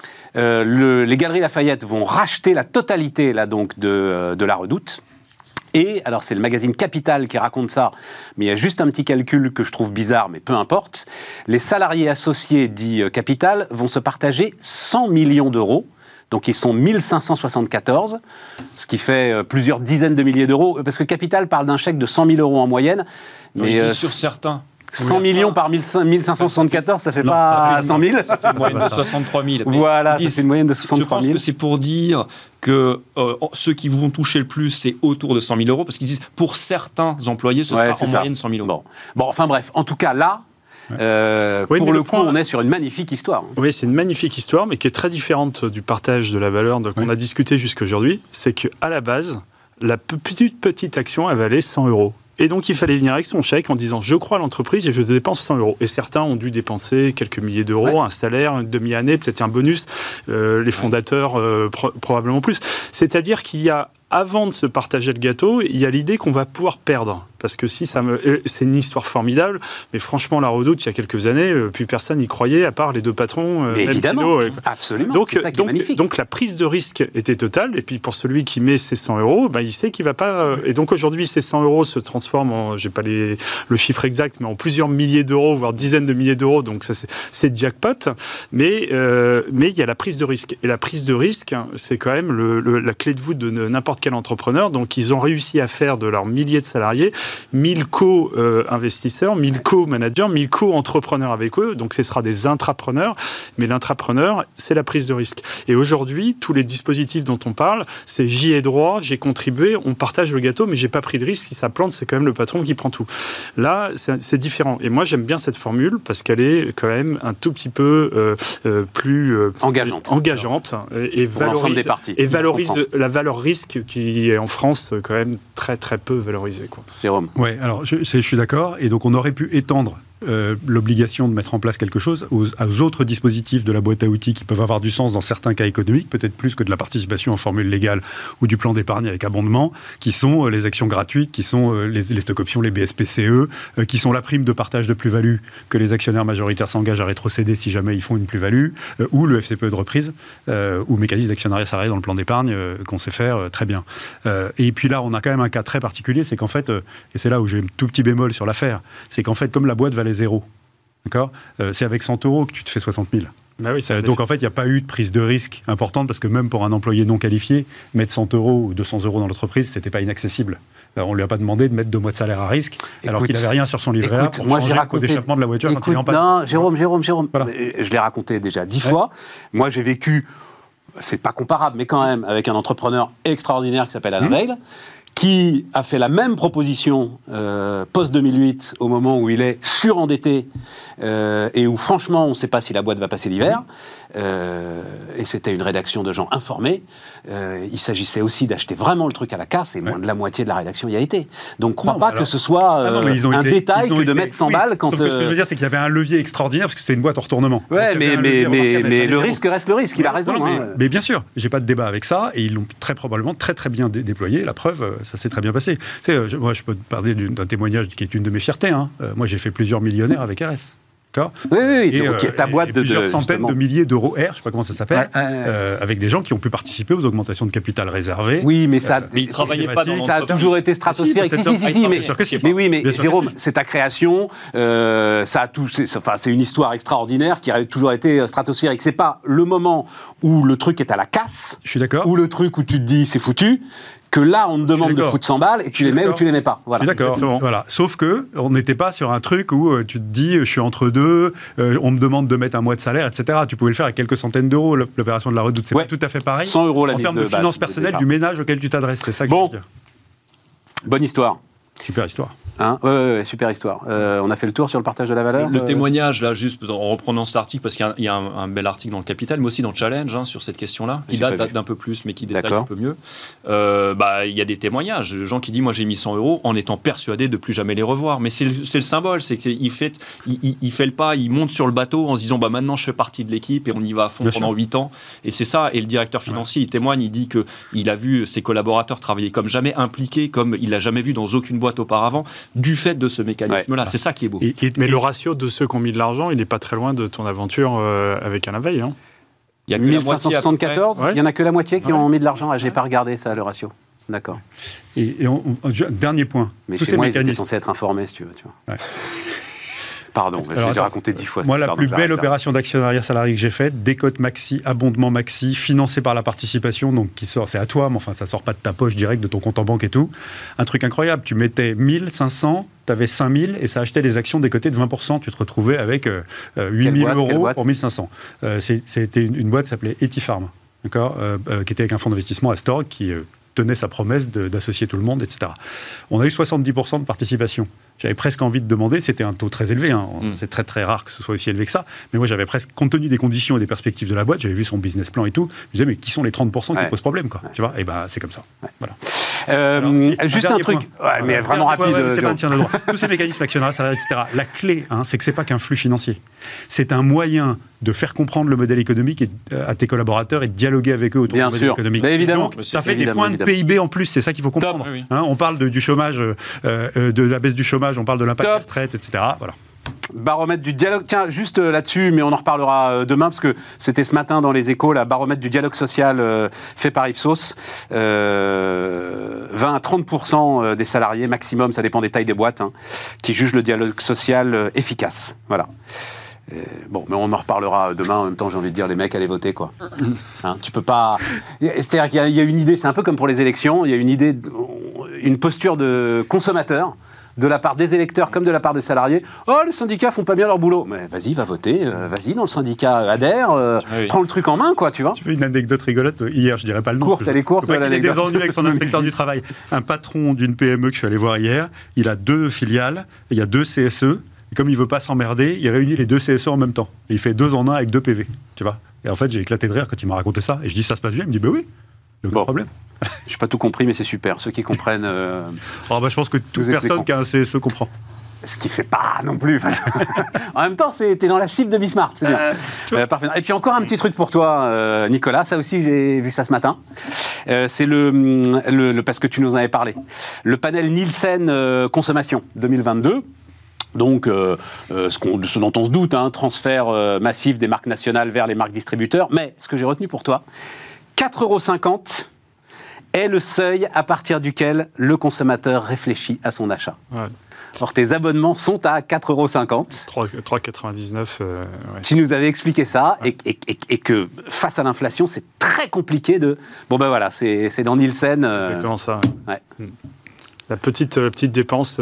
les Galeries Lafayette vont racheter la totalité là, donc, de la Redoute. Et, alors c'est le magazine Capital qui raconte ça, mais il y a juste un petit calcul que je trouve bizarre, mais peu importe. Les salariés associés dits Capital vont se partager 100 millions d'euros. Donc ils sont 1574, ce qui fait plusieurs dizaines de milliers d'euros, parce que Capital parle d'un chèque de 100 000 euros en moyenne. Mais sur certains. 100 millions par 1574, ça fait pas 100 000. Ça fait une moyenne de 63 000. Voilà, ça fait une moyenne de 63 000. Je pense que c'est pour dire que ceux qui vont toucher le plus, c'est autour de 100 000 euros, parce qu'ils disent pour certains employés, ce sera en moyenne 100 000 euros. Bon, enfin bref, en tout cas là, pour le coup, on est sur une magnifique histoire. Oui, c'est une magnifique histoire, mais qui est très différente du partage de la valeur qu'on a discuté jusqu'à aujourd'hui. C'est qu'à la base, la petite action, elle valait 100 euros. Et donc, il fallait venir avec son chèque en disant « Je crois à l'entreprise et je dépense 100 euros ». Et certains ont dû dépenser quelques milliers d'euros, un salaire, une demi-année, peut-être un bonus, les fondateurs probablement plus. C'est-à-dire qu'il y a, avant de se partager le gâteau, il y a l'idée qu'on va pouvoir perdre. Parce que c'est une histoire formidable, mais franchement, la Redoute, il y a quelques années, plus personne n'y croyait, à part les deux patrons. Évidemment, absolument. Donc, donc la prise de risque était totale, et puis pour celui qui met ses 100 euros, il sait qu'il ne va pas... Et donc aujourd'hui, ces 100 euros se transforment en, je n'ai pas le chiffre exact, mais en plusieurs milliers d'euros, voire dizaines de milliers d'euros, donc ça c'est jackpot, mais il y a la prise de risque. Et la prise de risque, c'est quand même la clé de voûte de n'importe quel entrepreneur. Donc ils ont réussi à faire de leurs milliers de salariés 1000 co-investisseurs, 1000 co-managers, 1000 co-entrepreneurs avec eux. Donc ce sera des intrapreneurs. Mais l'intrapreneur, c'est la prise de risque. Et aujourd'hui, tous les dispositifs dont on parle, c'est j'y ai droit, j'ai contribué, on partage le gâteau, mais j'ai pas pris de risque. Si ça plante, c'est quand même le patron qui prend tout. Là, c'est différent. Et moi, j'aime bien cette formule parce qu'elle est quand même un tout petit peu plus engageante et valorise la valeur risque qui est en France quand même très très peu valorisée, quoi. Jérôme. Oui, alors je suis d'accord. Et donc on aurait pu étendre l'obligation de mettre en place quelque chose aux autres dispositifs de la boîte à outils qui peuvent avoir du sens dans certains cas économiques, peut-être plus que de la participation en formule légale ou du plan d'épargne avec abondement, qui sont les actions gratuites, qui sont les stock options, les BSPCE, qui sont la prime de partage de plus-value que les actionnaires majoritaires s'engagent à rétrocéder si jamais ils font une plus-value, ou le FCPE de reprise, ou le mécanisme d'actionnariat salarié dans le plan d'épargne qu'on sait faire très bien. Et puis là, on a quand même un cas très particulier, c'est qu'en fait, et c'est là où j'ai un tout petit bémol sur l'affaire, c'est qu'en fait, comme la boîte valait 0, d'accord, c'est avec 100 euros que tu te fais 60 000. Bah oui, donc en fait, il n'y a pas eu de prise de risque importante parce que même pour un employé non qualifié, mettre 100 euros ou 200 euros dans l'entreprise, c'était pas inaccessible. On ne lui a pas demandé de mettre 2 mois de salaire à risque alors qu'il n'avait rien sur son livret A pour changer le code d'échappement de la voiture quand il est en panne. Non, Jérôme, voilà. Je l'ai raconté déjà 10 fois. Moi, j'ai vécu, c'est pas comparable, mais quand même, avec un entrepreneur extraordinaire qui s'appelle Alain Veil, qui a fait la même proposition post-2008 au moment où il est surendetté et où franchement on ne sait pas si la boîte va passer l'hiver. Et c'était une rédaction de gens informés. Il s'agissait aussi d'acheter vraiment le truc à la casse et moins de la moitié de la rédaction y a été. Donc crois pas que ce soit un détail que de mettre 100 balles quand... Sauf que ce que je veux dire, c'est qu'il y avait un levier extraordinaire parce que c'était une boîte en retournement. Ouais, mais le risque reste le risque, il a raison. Mais bien sûr, j'ai pas de débat avec ça et ils l'ont très probablement très très bien déployé. La preuve, ça s'est très bien passé. Tu sais, moi je peux te parler d'un témoignage qui est une de mes fiertés. Moi j'ai fait plusieurs millionnaires avec RS. D'accord ? Oui, et ta boîte de plusieurs centaines de milliers d'euros R, je ne sais pas comment ça s'appelle, avec des gens qui ont pu participer aux augmentations de capital réservées. Oui, mais ça, mais ils ne travaillaient pas dans ça a toujours été stratosphérique. Mais Jérôme, c'est ta création, c'est une histoire extraordinaire qui a toujours été stratosphérique. C'est pas le moment où le truc est à la casse, je suis d'accord, ou le truc où tu te dis c'est foutu, que là, on te demande de foutre 100 balles et tu les mets ou tu les mets pas. Voilà. Je suis d'accord. Voilà. Sauf qu'on n'était pas sur un truc où tu te dis, je suis entre deux, on me demande de mettre un mois de salaire, etc. Tu pouvais le faire avec quelques centaines d'euros, l'opération de la Redoute. C'est pas tout à fait pareil. 100 euros la en termes de finances personnelles du ménage auquel tu t'adresses. C'est ça que je veux dire. Bonne histoire. Super histoire. Super histoire. On a fait le tour sur le partage de la valeur. Le témoignage, là, juste en reprenant cet article, parce qu'il y a un bel article dans le Capital, mais aussi dans le Challenge, sur cette question-là, qui date d'un peu plus, mais qui détaille un peu mieux. Il y a des témoignages de gens qui disent, moi j'ai mis 100 euros en étant persuadé de plus jamais les revoir. Mais c'est le symbole, c'est qu'il fait le pas, il monte sur le bateau en se disant, maintenant je fais partie de l'équipe et on y va à fond pendant 8 ans. Et c'est ça. Et le directeur financier, il témoigne, il dit qu'il a vu ses collaborateurs travailler comme jamais, impliqués, comme il l'a jamais vu dans aucune boîte auparavant, du fait de ce mécanisme-là. C'est ça qui est beau. Mais le ratio de ceux qui ont mis de l'argent, il n'est pas très loin de ton aventure avec Alain Veil. Il y a 1574, il n'y en a que la moitié qui ont mis de l'argent. J'ai pas regardé ça, le ratio. D'accord. Et dernier point. Mais tous ces mécanismes... censé être informé, si tu veux. Tu vois. Pardon, j'ai déjà raconté 10 fois. Moi, la plus belle opération d'actionnariat salarié que j'ai faite, décote maxi, abondement maxi, financé par la participation, donc qui sort, c'est à toi, mais enfin, ça sort pas de ta poche direct, de ton compte en banque et tout. Un truc incroyable, tu mettais 1500, tu avais 5000 et ça achetait des actions décotées de 20%. Tu te retrouvais avec 8000 € pour 1500. C'était une boîte qui s'appelait Etifarm, d'accord, qui était avec un fonds d'investissement Astor qui tenait sa promesse d'associer tout le monde, etc. On a eu 70% de participation. J'avais presque envie de demander, c'était un taux très élevé, hein. C'est très très rare que ce soit aussi élevé que ça, mais moi j'avais presque, compte tenu des conditions et des perspectives de la boîte, j'avais vu son business plan et tout, je me disais mais qui sont les 30% qui posent problème, quoi, tu vois, et ben c'est comme ça. Voilà. Alors, juste un truc, mais vraiment rapide. Stéphane tient le droit. Tous ces mécanismes actionnariat, salarié, etc. La clé, c'est que c'est pas qu'un flux financier, c'est un moyen de faire comprendre le modèle économique à tes collaborateurs et de dialoguer avec eux autour du modèle économique. Mais évidemment. Donc ça fait des points de PIB en plus, c'est ça qu'il faut comprendre. On parle du chômage, de la baisse du chômage, on parle de l'impact des retraites, etc. Voilà. Baromètre du dialogue, tiens, juste là-dessus, mais on en reparlera demain, parce que c'était ce matin dans les Échos, la baromètre du dialogue social fait par Ipsos. 20 à 30% des salariés, maximum, ça dépend des tailles des boîtes, qui jugent le dialogue social efficace. Voilà. Bon, mais on en reparlera demain. En même temps, j'ai envie de dire, les mecs, allez voter, quoi. Tu peux pas... C'est-à-dire qu'il y a une idée, c'est un peu comme pour les élections, il y a une idée, une posture de consommateur, de la part des électeurs comme de la part des salariés. Oh, les syndicats font pas bien leur boulot. Mais vas-y, va voter, vas-y dans le syndicat, adhère, prends le truc en main, quoi, tu vois. Tu veux une anecdote rigolote? Hier, je dirais pas le nom. Elle est courte, l'anecdote. Il est des ennuis avec son inspecteur du travail. Un patron d'une PME que je suis allé voir hier, il a 2 filiales, il y a 2 CSE, et comme il veut pas s'emmerder, il réunit les 2 CSE en même temps. Et il fait 2 en 1 avec 2 PV, tu vois. Et en fait, j'ai éclaté de rire quand il m'a raconté ça. Et je dis, ça se passe bien? Il me dit, bah oui, il n'y a aucun problème. Je n'ai pas tout compris, mais c'est super. Ceux qui comprennent... je pense que toute personne qui a un CSE comprend. Ce qui ne fait pas non plus. En même temps, t'es dans la cible de Bismarck, c'est bien. Parfait. Et puis encore un petit truc pour toi, Nicolas. Ça aussi, j'ai vu ça ce matin. C'est parce que tu nous en avais parlé. Le panel Nielsen Consommation 2022. Donc, ce dont on se doute, transfert massif des marques nationales vers les marques distributeurs. Mais ce que j'ai retenu pour toi, 4,50 € est le seuil à partir duquel le consommateur réfléchit à son achat. Ouais. Alors, tes abonnements sont à 4,50 €. 3,99 €. Tu nous avais expliqué ça, et que face à l'inflation, c'est très compliqué de... Bon, ben voilà, c'est dans Nielsen. Exactement ça. Ouais. La petite dépense...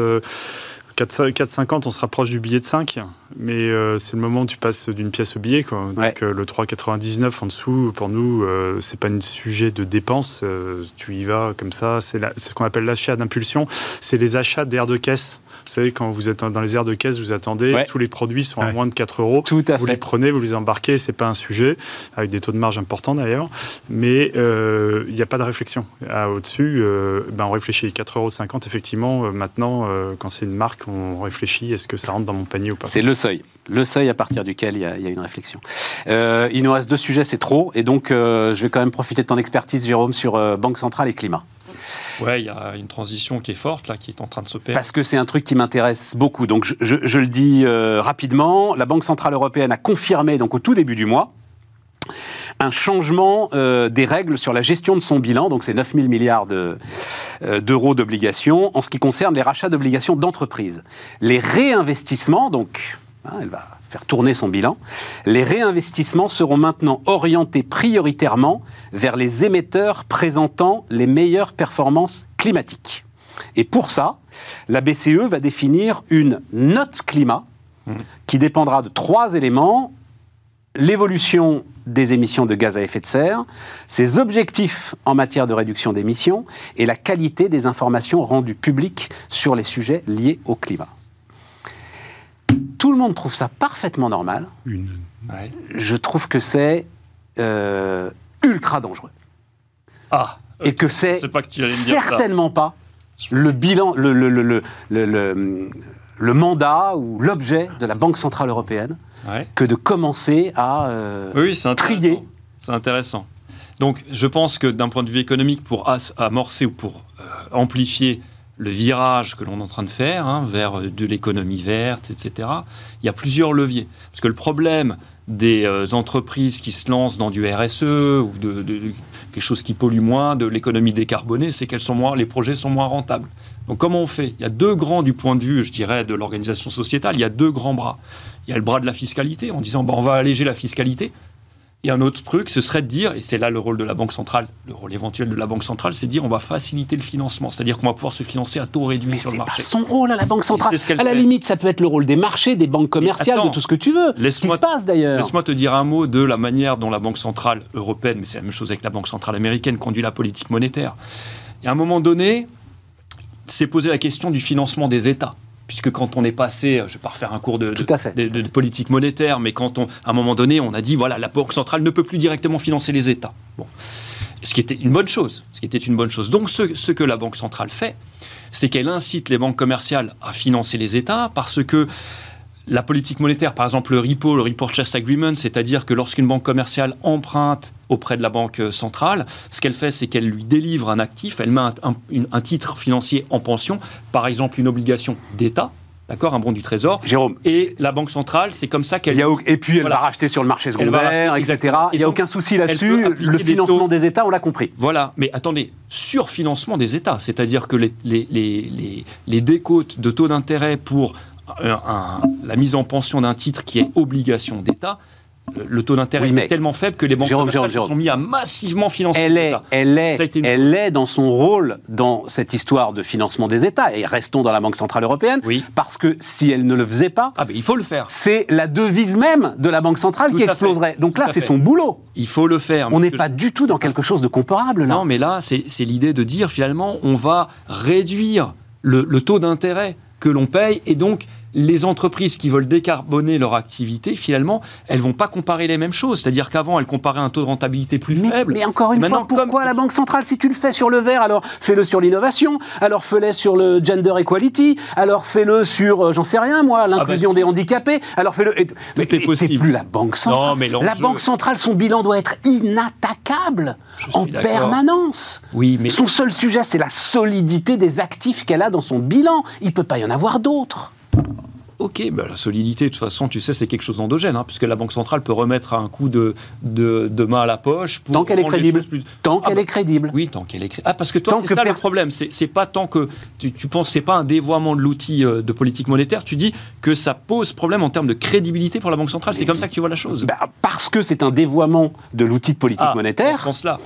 4,50, on se rapproche du billet de 5, mais c'est le moment où tu passes d'une pièce au billet, quoi. Donc le 3,99 en dessous, pour nous, c'est pas un sujet de dépense. Tu y vas comme ça. C'est ce qu'on appelle l'achat d'impulsion. C'est les achats d'air de caisse. Vous savez, quand vous êtes dans les aires de caisse, vous attendez, tous les produits sont à moins de 4 €. Tout à fait. Vous les prenez, vous les embarquez, c'est pas un sujet, avec des taux de marge importants d'ailleurs, mais il n'y a pas de réflexion. Au-dessus, on réfléchit. 4,50 €, effectivement, maintenant, quand c'est une marque, on réfléchit, est-ce que ça rentre dans mon panier ou pas? C'est le seuil. Le seuil à partir duquel il y a une réflexion. Il nous reste 2 sujets, c'est trop, et donc je vais quand même profiter de ton expertise, Jérôme, sur Banque centrale et climat. Ouais, il y a une transition qui est forte, là, qui est en train de s'opérer. Parce que c'est un truc qui m'intéresse beaucoup. Donc, je le dis rapidement. La Banque centrale européenne a confirmé, donc au tout début du mois, un changement des règles sur la gestion de son bilan. Donc, c'est 9 000 milliards d'euros d'obligations en ce qui concerne les rachats d'obligations d'entreprises. Les réinvestissements, donc, elle va faire tourner son bilan, les réinvestissements seront maintenant orientés prioritairement vers les émetteurs présentant les meilleures performances climatiques. Et pour ça, la BCE va définir une note climat qui dépendra de 3 éléments: l'évolution des émissions de gaz à effet de serre, ses objectifs en matière de réduction d'émissions et la qualité des informations rendues publiques sur les sujets liés au climat. Tout le monde trouve ça parfaitement normal. Je trouve que c'est ultra dangereux. Et que c'est certainement pas le bilan, le mandat ou l'objet de la Banque centrale européenne que de commencer à trier. C'est intéressant. Donc, je pense que d'un point de vue économique, pour amorcer ou pour amplifier le virage que l'on est en train de faire vers de l'économie verte, etc., il y a plusieurs leviers. Parce que le problème des entreprises qui se lancent dans du RSE ou de quelque chose qui pollue moins, de l'économie décarbonée, c'est qu'elles sont les projets sont moins rentables. Donc comment on fait ? Il y a deux grands, du point de vue, je dirais, de l'organisation sociétale, il y a deux grands bras. Il y a le bras de la fiscalité, en disant on va alléger la fiscalité. Et un autre truc, ce serait de dire, et c'est là le rôle de la Banque centrale, le rôle éventuel de la Banque centrale, c'est de dire on va faciliter le financement, c'est-à-dire qu'on va pouvoir se financer à taux réduit sur le marché. C'est pas son rôle à la Banque centrale. À la limite, ça peut être le rôle des marchés, des banques commerciales, de tout ce que tu veux. Ce qui se passe d'ailleurs. Laisse-moi te dire un mot de la manière dont la Banque centrale européenne, mais c'est la même chose avec la Banque centrale américaine, conduit la politique monétaire. Et à un moment donné, c'est posé la question du financement des États. Puisque quand on est passé, je ne vais pas refaire un cours de politique monétaire, mais à un moment donné, on a dit, voilà, la Banque centrale ne peut plus directement financer les États. Bon. Ce qui était une bonne chose. Donc, ce que la Banque centrale fait, c'est qu'elle incite les banques commerciales à financer les États, parce que la politique monétaire, par exemple le repo, le repurchase agreement, c'est-à-dire que lorsqu'une banque commerciale emprunte auprès de la banque centrale, ce qu'elle fait, c'est qu'elle lui délivre un actif, elle met un titre financier en pension, par exemple une obligation d'État, d'accord, un bon du Trésor. Jérôme. Et la Banque centrale, c'est comme ça qu'elle... Et puis elle va racheter sur le marché secondaire, etc. Il n'y a aucun souci là-dessus. Le financement des États, on l'a compris. Voilà. Mais attendez, surfinancement des États, c'est-à-dire que les décotes de taux d'intérêt pour la mise en pension d'un titre qui est obligation d'État, le taux d'intérêt est tellement faible que les banques commerciales se sont mis à massivement financer les États. Elle est dans son rôle dans cette histoire de financement des États. Et restons dans la Banque Centrale Européenne, parce que si elle ne le faisait pas, il faut le faire. C'est la devise même de la Banque Centrale qui exploserait. Donc là, c'est son boulot. Il faut le faire. On n'est pas du tout dans quelque chose de comparable, là. Non, mais là, c'est l'idée de dire, finalement, on va réduire le taux d'intérêt que l'on paye, et donc les entreprises qui veulent décarboner leur activité, finalement, elles ne vont pas comparer les mêmes choses. C'est-à-dire qu'avant, elles comparaient un taux de rentabilité plus faible. Mais encore une fois, pourquoi la Banque centrale, si tu le fais sur le vert, alors fais-le sur l'innovation, alors fais-le sur le gender equality, alors fais-le sur, j'en sais rien moi, l'inclusion des handicapés, alors fais-le... Tout est possible. C'est plus la Banque centrale. Non, mais la Banque centrale, son bilan doit être inattaquable en permanence. Oui, mais... Son seul sujet, c'est la solidité des actifs qu'elle a dans son bilan. Il ne peut pas y en avoir d'autres. Ok, la solidité, de toute façon, tu sais, c'est quelque chose d'endogène, puisque la Banque centrale peut remettre un coup de main à la poche pour... Tant qu'elle est crédible. Tant qu'elle est crédible. Oui, tant qu'elle est crédible. Parce que toi, c'est ça le problème. C'est pas tant que... Tu penses que c'est pas un dévoiement de l'outil de politique monétaire, tu dis que ça pose problème en termes de crédibilité pour la Banque centrale. C'est comme ça que tu vois la chose. Parce que c'est un dévoiement de l'outil de politique monétaire. Dans ce sens-là.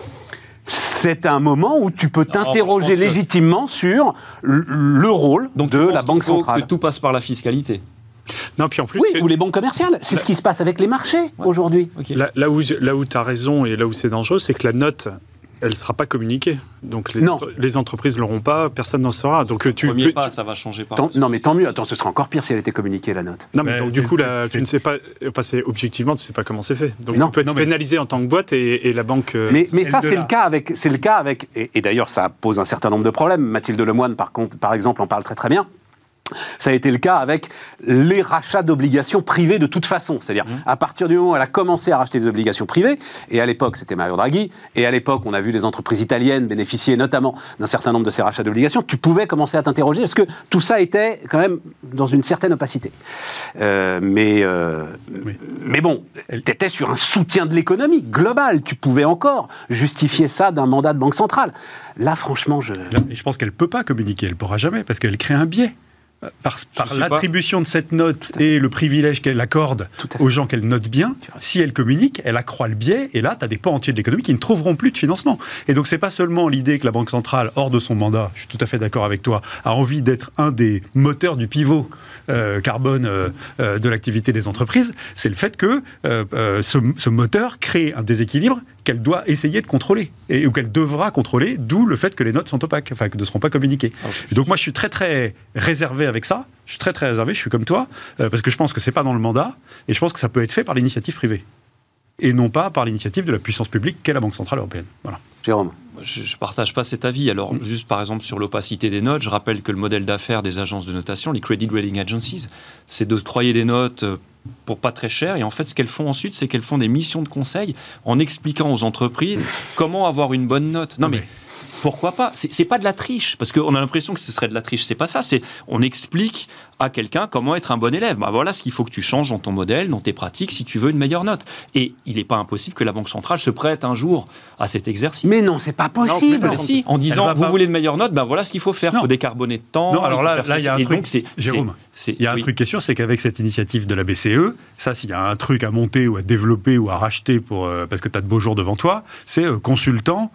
C'est un moment où tu peux t'interroger légitimement sur le rôle de la Banque centrale. Que tout passe par la fiscalité. Non, puis en plus, ou les banques commerciales. C'est ce qui se passe avec les marchés aujourd'hui. Okay. Là où tu as raison et là où c'est dangereux, c'est que la note, elle ne sera pas communiquée. Donc les entreprises ne l'auront pas, personne n'en saura. Donc ça va changer par Non, mais tant mieux. Attends, ce sera encore pire si elle était communiquée, la note. Non, mais donc, du coup, tu ne sais pas, objectivement, tu ne sais pas comment c'est fait. Donc tu peux être pénalisé en tant que boîte et la banque... Mais ça, c'est le cas avec... Et d'ailleurs, ça pose un certain nombre de problèmes. Mathilde Lemoine, par exemple, en parle très très bien. Ça a été le cas avec les rachats d'obligations privées de toute façon. C'est-à-dire, à partir du moment où elle a commencé à racheter des obligations privées, et à l'époque, c'était Mario Draghi, et à l'époque, on a vu les entreprises italiennes bénéficier notamment d'un certain nombre de ces rachats d'obligations, tu pouvais commencer à t'interroger, parce que tout ça était quand même dans une certaine opacité. Mais bon, tu étais sur un soutien de l'économie global. Tu pouvais encore justifier ça d'un mandat de banque centrale. Là, franchement, je pense qu'elle ne peut pas communiquer, elle ne pourra jamais, parce qu'elle crée un biais. Par l'attribution de cette note et le privilège qu'elle accorde aux gens qu'elle note bien, si elle communique, elle accroît le biais, et là, tu as des pans entiers de l'économie qui ne trouveront plus de financement. Et donc, c'est pas seulement l'idée que la Banque centrale, hors de son mandat, je suis tout à fait d'accord avec toi, a envie d'être un des moteurs du pivot carbone de l'activité des entreprises, c'est le fait que ce moteur crée un déséquilibre qu'elle doit essayer de contrôler, ou qu'elle devra contrôler, d'où le fait que les notes sont opaques, enfin, que ne seront pas communiquées. Donc moi, je suis très, très réservé avec ça. Je suis très, très réservé, je suis comme toi, parce que je pense que c'est pas dans le mandat, et je pense que ça peut être fait par l'initiative privée, et non pas par l'initiative de la puissance publique qu'est la Banque Centrale Européenne. Voilà. Jérôme. Je ne partage pas cet avis. Alors, juste par exemple sur l'opacité des notes, je rappelle que le modèle d'affaires des agences de notation, les Credit Rating Agencies, c'est d'octroyer des notes pour pas très cher. Et en fait, ce qu'elles font ensuite, c'est qu'elles font des missions de conseil en expliquant aux entreprises comment avoir une bonne note. Non, mais pourquoi pas? C'est pas de la triche, parce qu'on a l'impression que ce serait de la triche. C'est pas ça. On explique à quelqu'un comment être un bon élève. Voilà ce qu'il faut que tu changes dans ton modèle, dans tes pratiques, si tu veux une meilleure note. Et il n'est pas impossible que la Banque centrale se prête un jour à cet exercice. Mais non, c'est pas possible. Si, en disant, vous voulez de meilleures notes, voilà ce qu'il faut faire. Il faut décarboner de temps. Non, alors là, il y a un truc, Jérôme, il y a un truc qui est sûr, c'est qu'avec cette initiative de la BCE, ça, s'il y a un truc à monter ou à développer ou à racheter parce que tu as de beaux jours devant toi, c'est consultant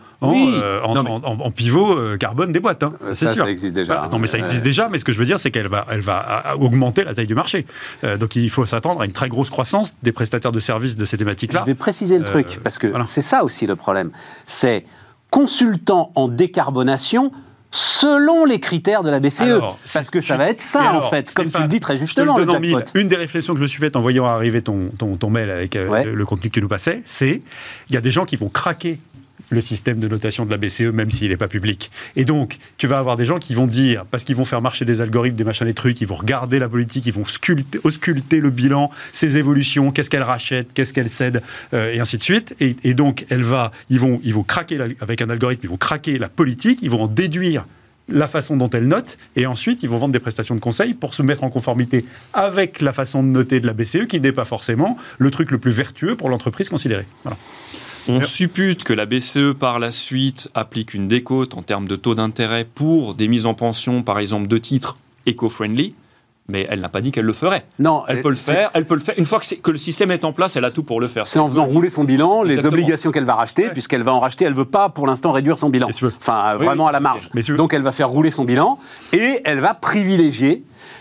en pivot carbone des boîtes. C'est sûr. Ça existe déjà. Non, mais ça existe déjà, mais ce que je veux dire, c'est qu'elle va augmenter la taille du marché. Donc il faut s'attendre à une très grosse croissance des prestataires de services de ces thématiques-là. Je vais préciser le truc, parce que c'est ça aussi le problème. C'est consultant en décarbonation selon les critères de la BCE. Parce que ça va être ça, en fait, comme tu le dis très justement, le jackpot. Une des réflexions que je me suis faite en voyant arriver ton mail avec le contenu que tu nous passais, c'est il y a des gens qui vont craquer le système de notation de la BCE, même s'il n'est pas public. Et donc, tu vas avoir des gens qui vont dire, parce qu'ils vont faire marcher des algorithmes, des machins, des trucs, ils vont regarder la politique, ils vont ausculter le bilan, ses évolutions, qu'est-ce qu'elle rachète, qu'est-ce qu'elle cède, et ainsi de suite. Et donc, ils vont craquer, avec un algorithme, ils vont craquer la politique, ils vont en déduire la façon dont elle note, et ensuite, ils vont vendre des prestations de conseil pour se mettre en conformité avec la façon de noter de la BCE, qui n'est pas forcément le truc le plus vertueux pour l'entreprise considérée. Voilà. On suppute que la BCE, par la suite, applique une décote en termes de taux d'intérêt pour des mises en pension, par exemple, de titres éco-friendly, mais elle n'a pas dit qu'elle le ferait. Non, elle peut le faire. Une fois que le système est en place, elle a tout pour le faire. C'est en faisant rouler son bilan, les obligations qu'elle va racheter, puisqu'elle va en racheter, elle ne veut pas, pour l'instant, réduire son bilan. Vraiment à la marge. Donc, elle va faire rouler son bilan et elle va privilégier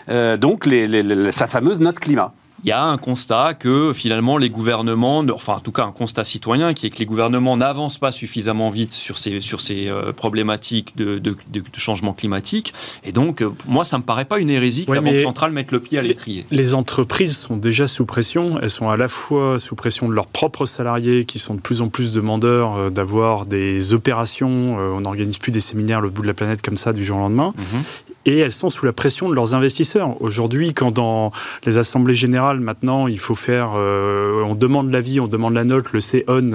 sa fameuse note climat. Il y a un constat que finalement les gouvernements, en tout cas un constat citoyen, qui est que les gouvernements n'avancent pas suffisamment vite sur ces problématiques de changement climatique. Et donc, moi, ça ne me paraît pas une hérésie que la Banque centrale mette le pied à l'étrier. Les entreprises sont déjà sous pression. Elles sont à la fois sous pression de leurs propres salariés, qui sont de plus en plus demandeurs d'avoir des opérations. On n'organise plus des séminaires à l'autre bout de la planète comme ça du jour au lendemain. Et elles sont sous la pression de leurs investisseurs. Aujourd'hui, quand dans les assemblées générales, maintenant, il faut faire... on demande l'avis, on demande la note, le C-on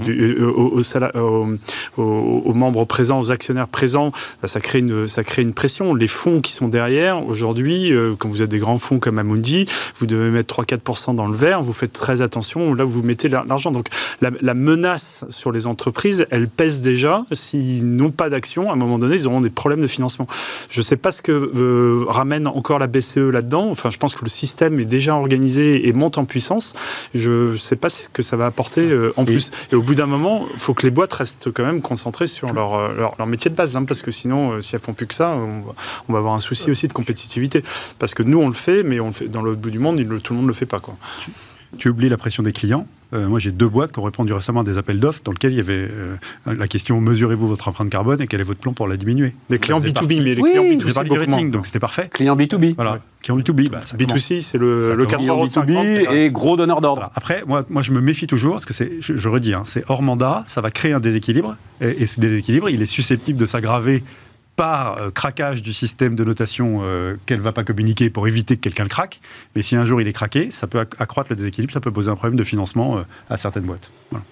aux membres présents, aux actionnaires présents, ça crée une pression. Les fonds qui sont derrière, aujourd'hui, quand vous êtes des grands fonds comme Amundi, vous devez mettre 3-4% dans le vert, vous faites très attention, là, vous mettez l'argent. Donc, la menace sur les entreprises, elle pèse déjà. S'ils n'ont pas d'action, à un moment donné, ils auront des problèmes de financement. Je ne sais pas ce que ramène encore la BCE là-dedans. Enfin, je pense que le système est déjà organisé et monte en puissance. Je ne sais pas ce que ça va apporter en plus. Et au bout d'un moment, il faut que les boîtes restent quand même concentrées sur leur métier de base, parce que sinon, si elles ne font plus que ça, on va avoir un souci aussi de compétitivité. Parce que nous, on le fait, mais on le fait dans l'autre bout du monde, tout le monde ne le fait pas, quoi. Tu oublies la pression des clients. Moi, j'ai 2 boîtes qui ont répondu récemment à des appels d'offres dans lesquels il y avait la question « Mesurez-vous votre empreinte carbone et quel est votre plan pour la diminuer ?» Des clients B2B, mais les clients B2C, j'ai parlé du rating, donc c'était parfait. Clients B2B. Voilà. Clients B2B. B2C, c'est le 4,50 B2B et gros donneur d'ordre. Voilà. Après, moi, je me méfie toujours, parce que je redis, c'est hors mandat, ça va créer un déséquilibre, et ce déséquilibre, il est susceptible de s'aggraver par craquage du système de notation qu'elle ne va pas communiquer pour éviter que quelqu'un le craque. Mais si un jour il est craqué, ça peut accroître le déséquilibre, ça peut poser un problème de financement à certaines boîtes. Voilà.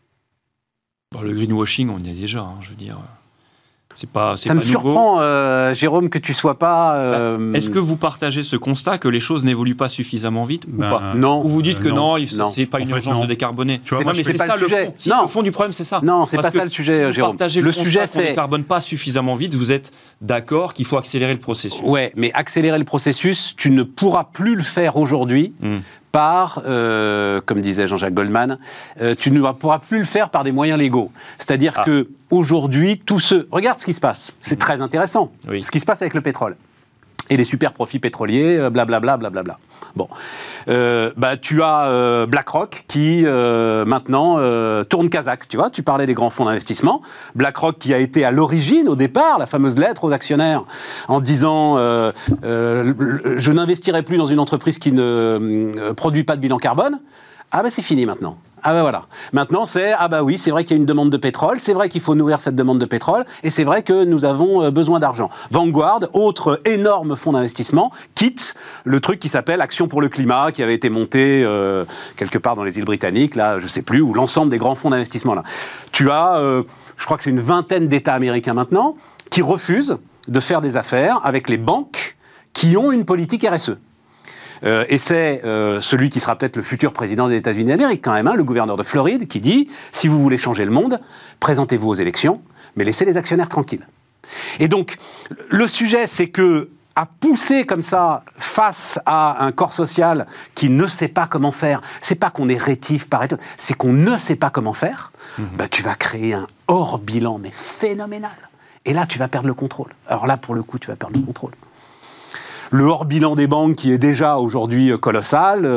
Le greenwashing, on y est déjà, je veux dire. Ça me surprend, Jérôme, que tu sois pas... Est-ce que vous partagez ce constat que les choses n'évoluent pas suffisamment vite ou pas? Non. Ou vous dites que non, c'est pas une urgence de décarboner? Mais c'est ça le fond. Le fond du problème, c'est ça. Non, c'est pas ça le sujet, Jérôme. Si vous partagez le sujet, qu'on ne décarbone pas suffisamment vite, vous êtes d'accord qu'il faut accélérer le processus. Ouais, mais accélérer le processus, tu ne pourras plus le faire aujourd'hui. Par, comme disait Jean-Jacques Goldman, tu ne pourras plus le faire par des moyens légaux. C'est-à-dire que aujourd'hui, regarde ce qui se passe. C'est très intéressant. Oui. Ce qui se passe avec le pétrole. Et les super profits pétroliers, blablabla, blablabla. Bon. Tu as BlackRock qui, maintenant, tourne Kazakh. Tu vois, tu parlais des grands fonds d'investissement. BlackRock qui a été à l'origine, au départ, la fameuse lettre aux actionnaires, en disant je n'investirai plus dans une entreprise qui ne produit pas de bilan carbone. Ah ben c'est fini maintenant. Ah ben voilà. Maintenant c'est, oui, c'est vrai qu'il y a une demande de pétrole, c'est vrai qu'il faut nourrir cette demande de pétrole, et c'est vrai que nous avons besoin d'argent. Vanguard, autre énorme fonds d'investissement, quitte le truc qui s'appelle Action pour le climat, qui avait été monté quelque part dans les îles Britanniques, là, je sais plus, ou l'ensemble des grands fonds d'investissement là. Tu as je crois que c'est une vingtaine d'États américains maintenant, qui refusent de faire des affaires avec les banques qui ont une politique RSE. Et c'est celui qui sera peut-être le futur président des États-Unis d'Amérique quand même, le gouverneur de Floride, qui dit « Si vous voulez changer le monde, présentez-vous aux élections, mais laissez les actionnaires tranquilles ». Et donc, le sujet, c'est que à pousser comme ça face à un corps social qui ne sait pas comment faire, c'est pas qu'on est rétif par état, c'est qu'on ne sait pas comment faire, tu vas créer un hors-bilan, mais phénoménal. Et là, tu vas perdre le contrôle. Alors là, pour le coup, tu vas perdre le contrôle. Le hors-bilan des banques qui est déjà aujourd'hui colossal,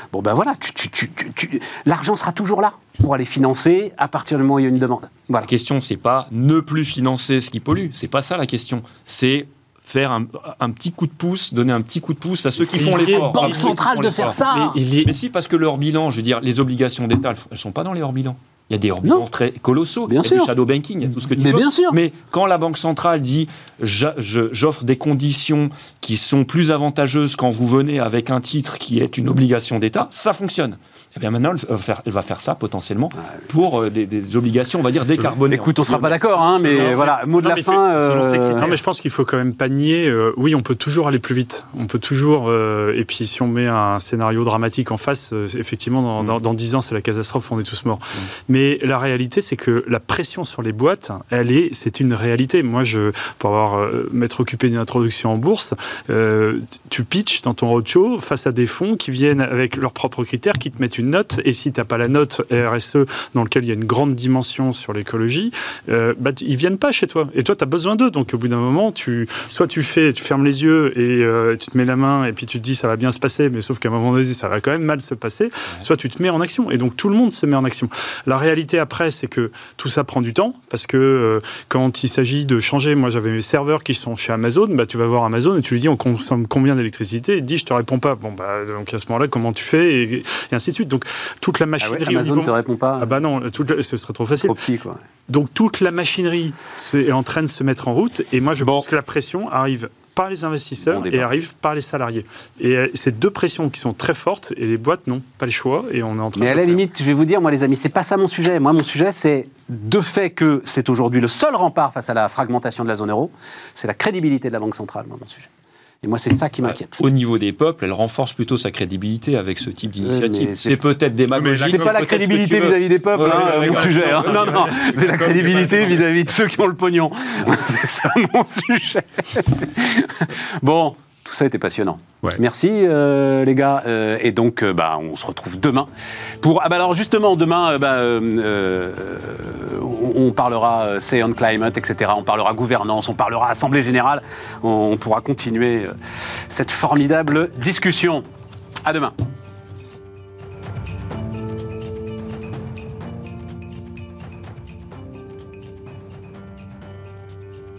l'argent sera toujours là pour aller financer à partir du moment où il y a une demande. Voilà. La question, c'est pas ne plus financer ce qui pollue, c'est pas ça la question. C'est faire un petit coup de pouce, donner un petit coup de pouce à ceux qui font l'effort. Banque centrale de faire ça. Mais si, parce que le hors-bilan, je veux dire, les obligations d'État, elles ne sont pas dans les hors-bilans. Il y a des hors-bilans très colossaux, il y a du shadow banking, il y a tout ce que tu veux. Bien sûr. Mais quand la Banque centrale dit j'offre des conditions qui sont plus avantageuses quand vous venez avec un titre qui est une obligation d'État, ça fonctionne. Et bien maintenant, elle va faire ça potentiellement pour des obligations, on va dire, décarbonées. Écoute, on ne sera pas d'accord, mais voilà, mot de la fin. Non, mais je pense qu'il faut quand même pas nier. Oui, on peut toujours aller plus vite. On peut toujours. Et puis, si on met un scénario dramatique en face, effectivement, dans 10 ans, c'est la catastrophe, on est tous morts. Mais la réalité, c'est que la pression sur les boîtes, c'est une réalité. Moi, pour m'être occupé d'une introduction en bourse, tu pitches dans ton roadshow face à des fonds qui viennent avec leurs propres critères, qui te mettent une note, et si tu n'as pas la note RSE dans lequel il y a une grande dimension sur l'écologie, ils viennent pas chez toi. Et toi, tu as besoin d'eux. Donc, au bout d'un moment, tu fermes les yeux et tu te mets la main et puis tu te dis ça va bien se passer, mais sauf qu'à un moment donné, ça va quand même mal se passer. Soit tu te mets en action. Et donc, tout le monde se met en action. La réalité après, c'est que tout ça prend du temps parce que quand il s'agit de changer, moi, j'avais mes serveurs qui sont chez Amazon, tu vas voir Amazon et tu lui dis on consomme combien d'électricité, il te dit je te réponds pas. Donc à ce moment-là, comment tu fais et ainsi de suite. Donc, toute la machinerie... Amazon ne te répond pas. Non, ce serait trop facile. Trop petit, quoi. Donc, toute la machinerie est en train de se mettre en route. Et moi, je pense que la pression arrive par les investisseurs et arrive par les salariés. Et c'est deux pressions qui sont très fortes et les boîtes n'ont pas le choix. Et on est en train Mais à la limite, je vais vous dire, moi, les amis, c'est pas ça mon sujet. Moi, mon sujet, c'est de fait que c'est aujourd'hui le seul rempart face à la fragmentation de la zone euro. C'est la crédibilité de la Banque centrale, moi, mon sujet. Et moi, c'est ça qui m'inquiète. Au niveau des peuples, elle renforce plutôt sa crédibilité avec ce type d'initiative. C'est peut-être démagogique. C'est pas la crédibilité vis-à-vis des peuples, mon sujet. Non, c'est la crédibilité vis-à-vis de ceux qui ont le pognon. C'est ça mon sujet. Bon, tout ça était passionnant. Ouais. Merci les gars. Et donc, on se retrouve demain. Alors justement, demain, on parlera Say on Climate, etc. On parlera gouvernance, on parlera Assemblée Générale. On pourra continuer cette formidable discussion. À demain.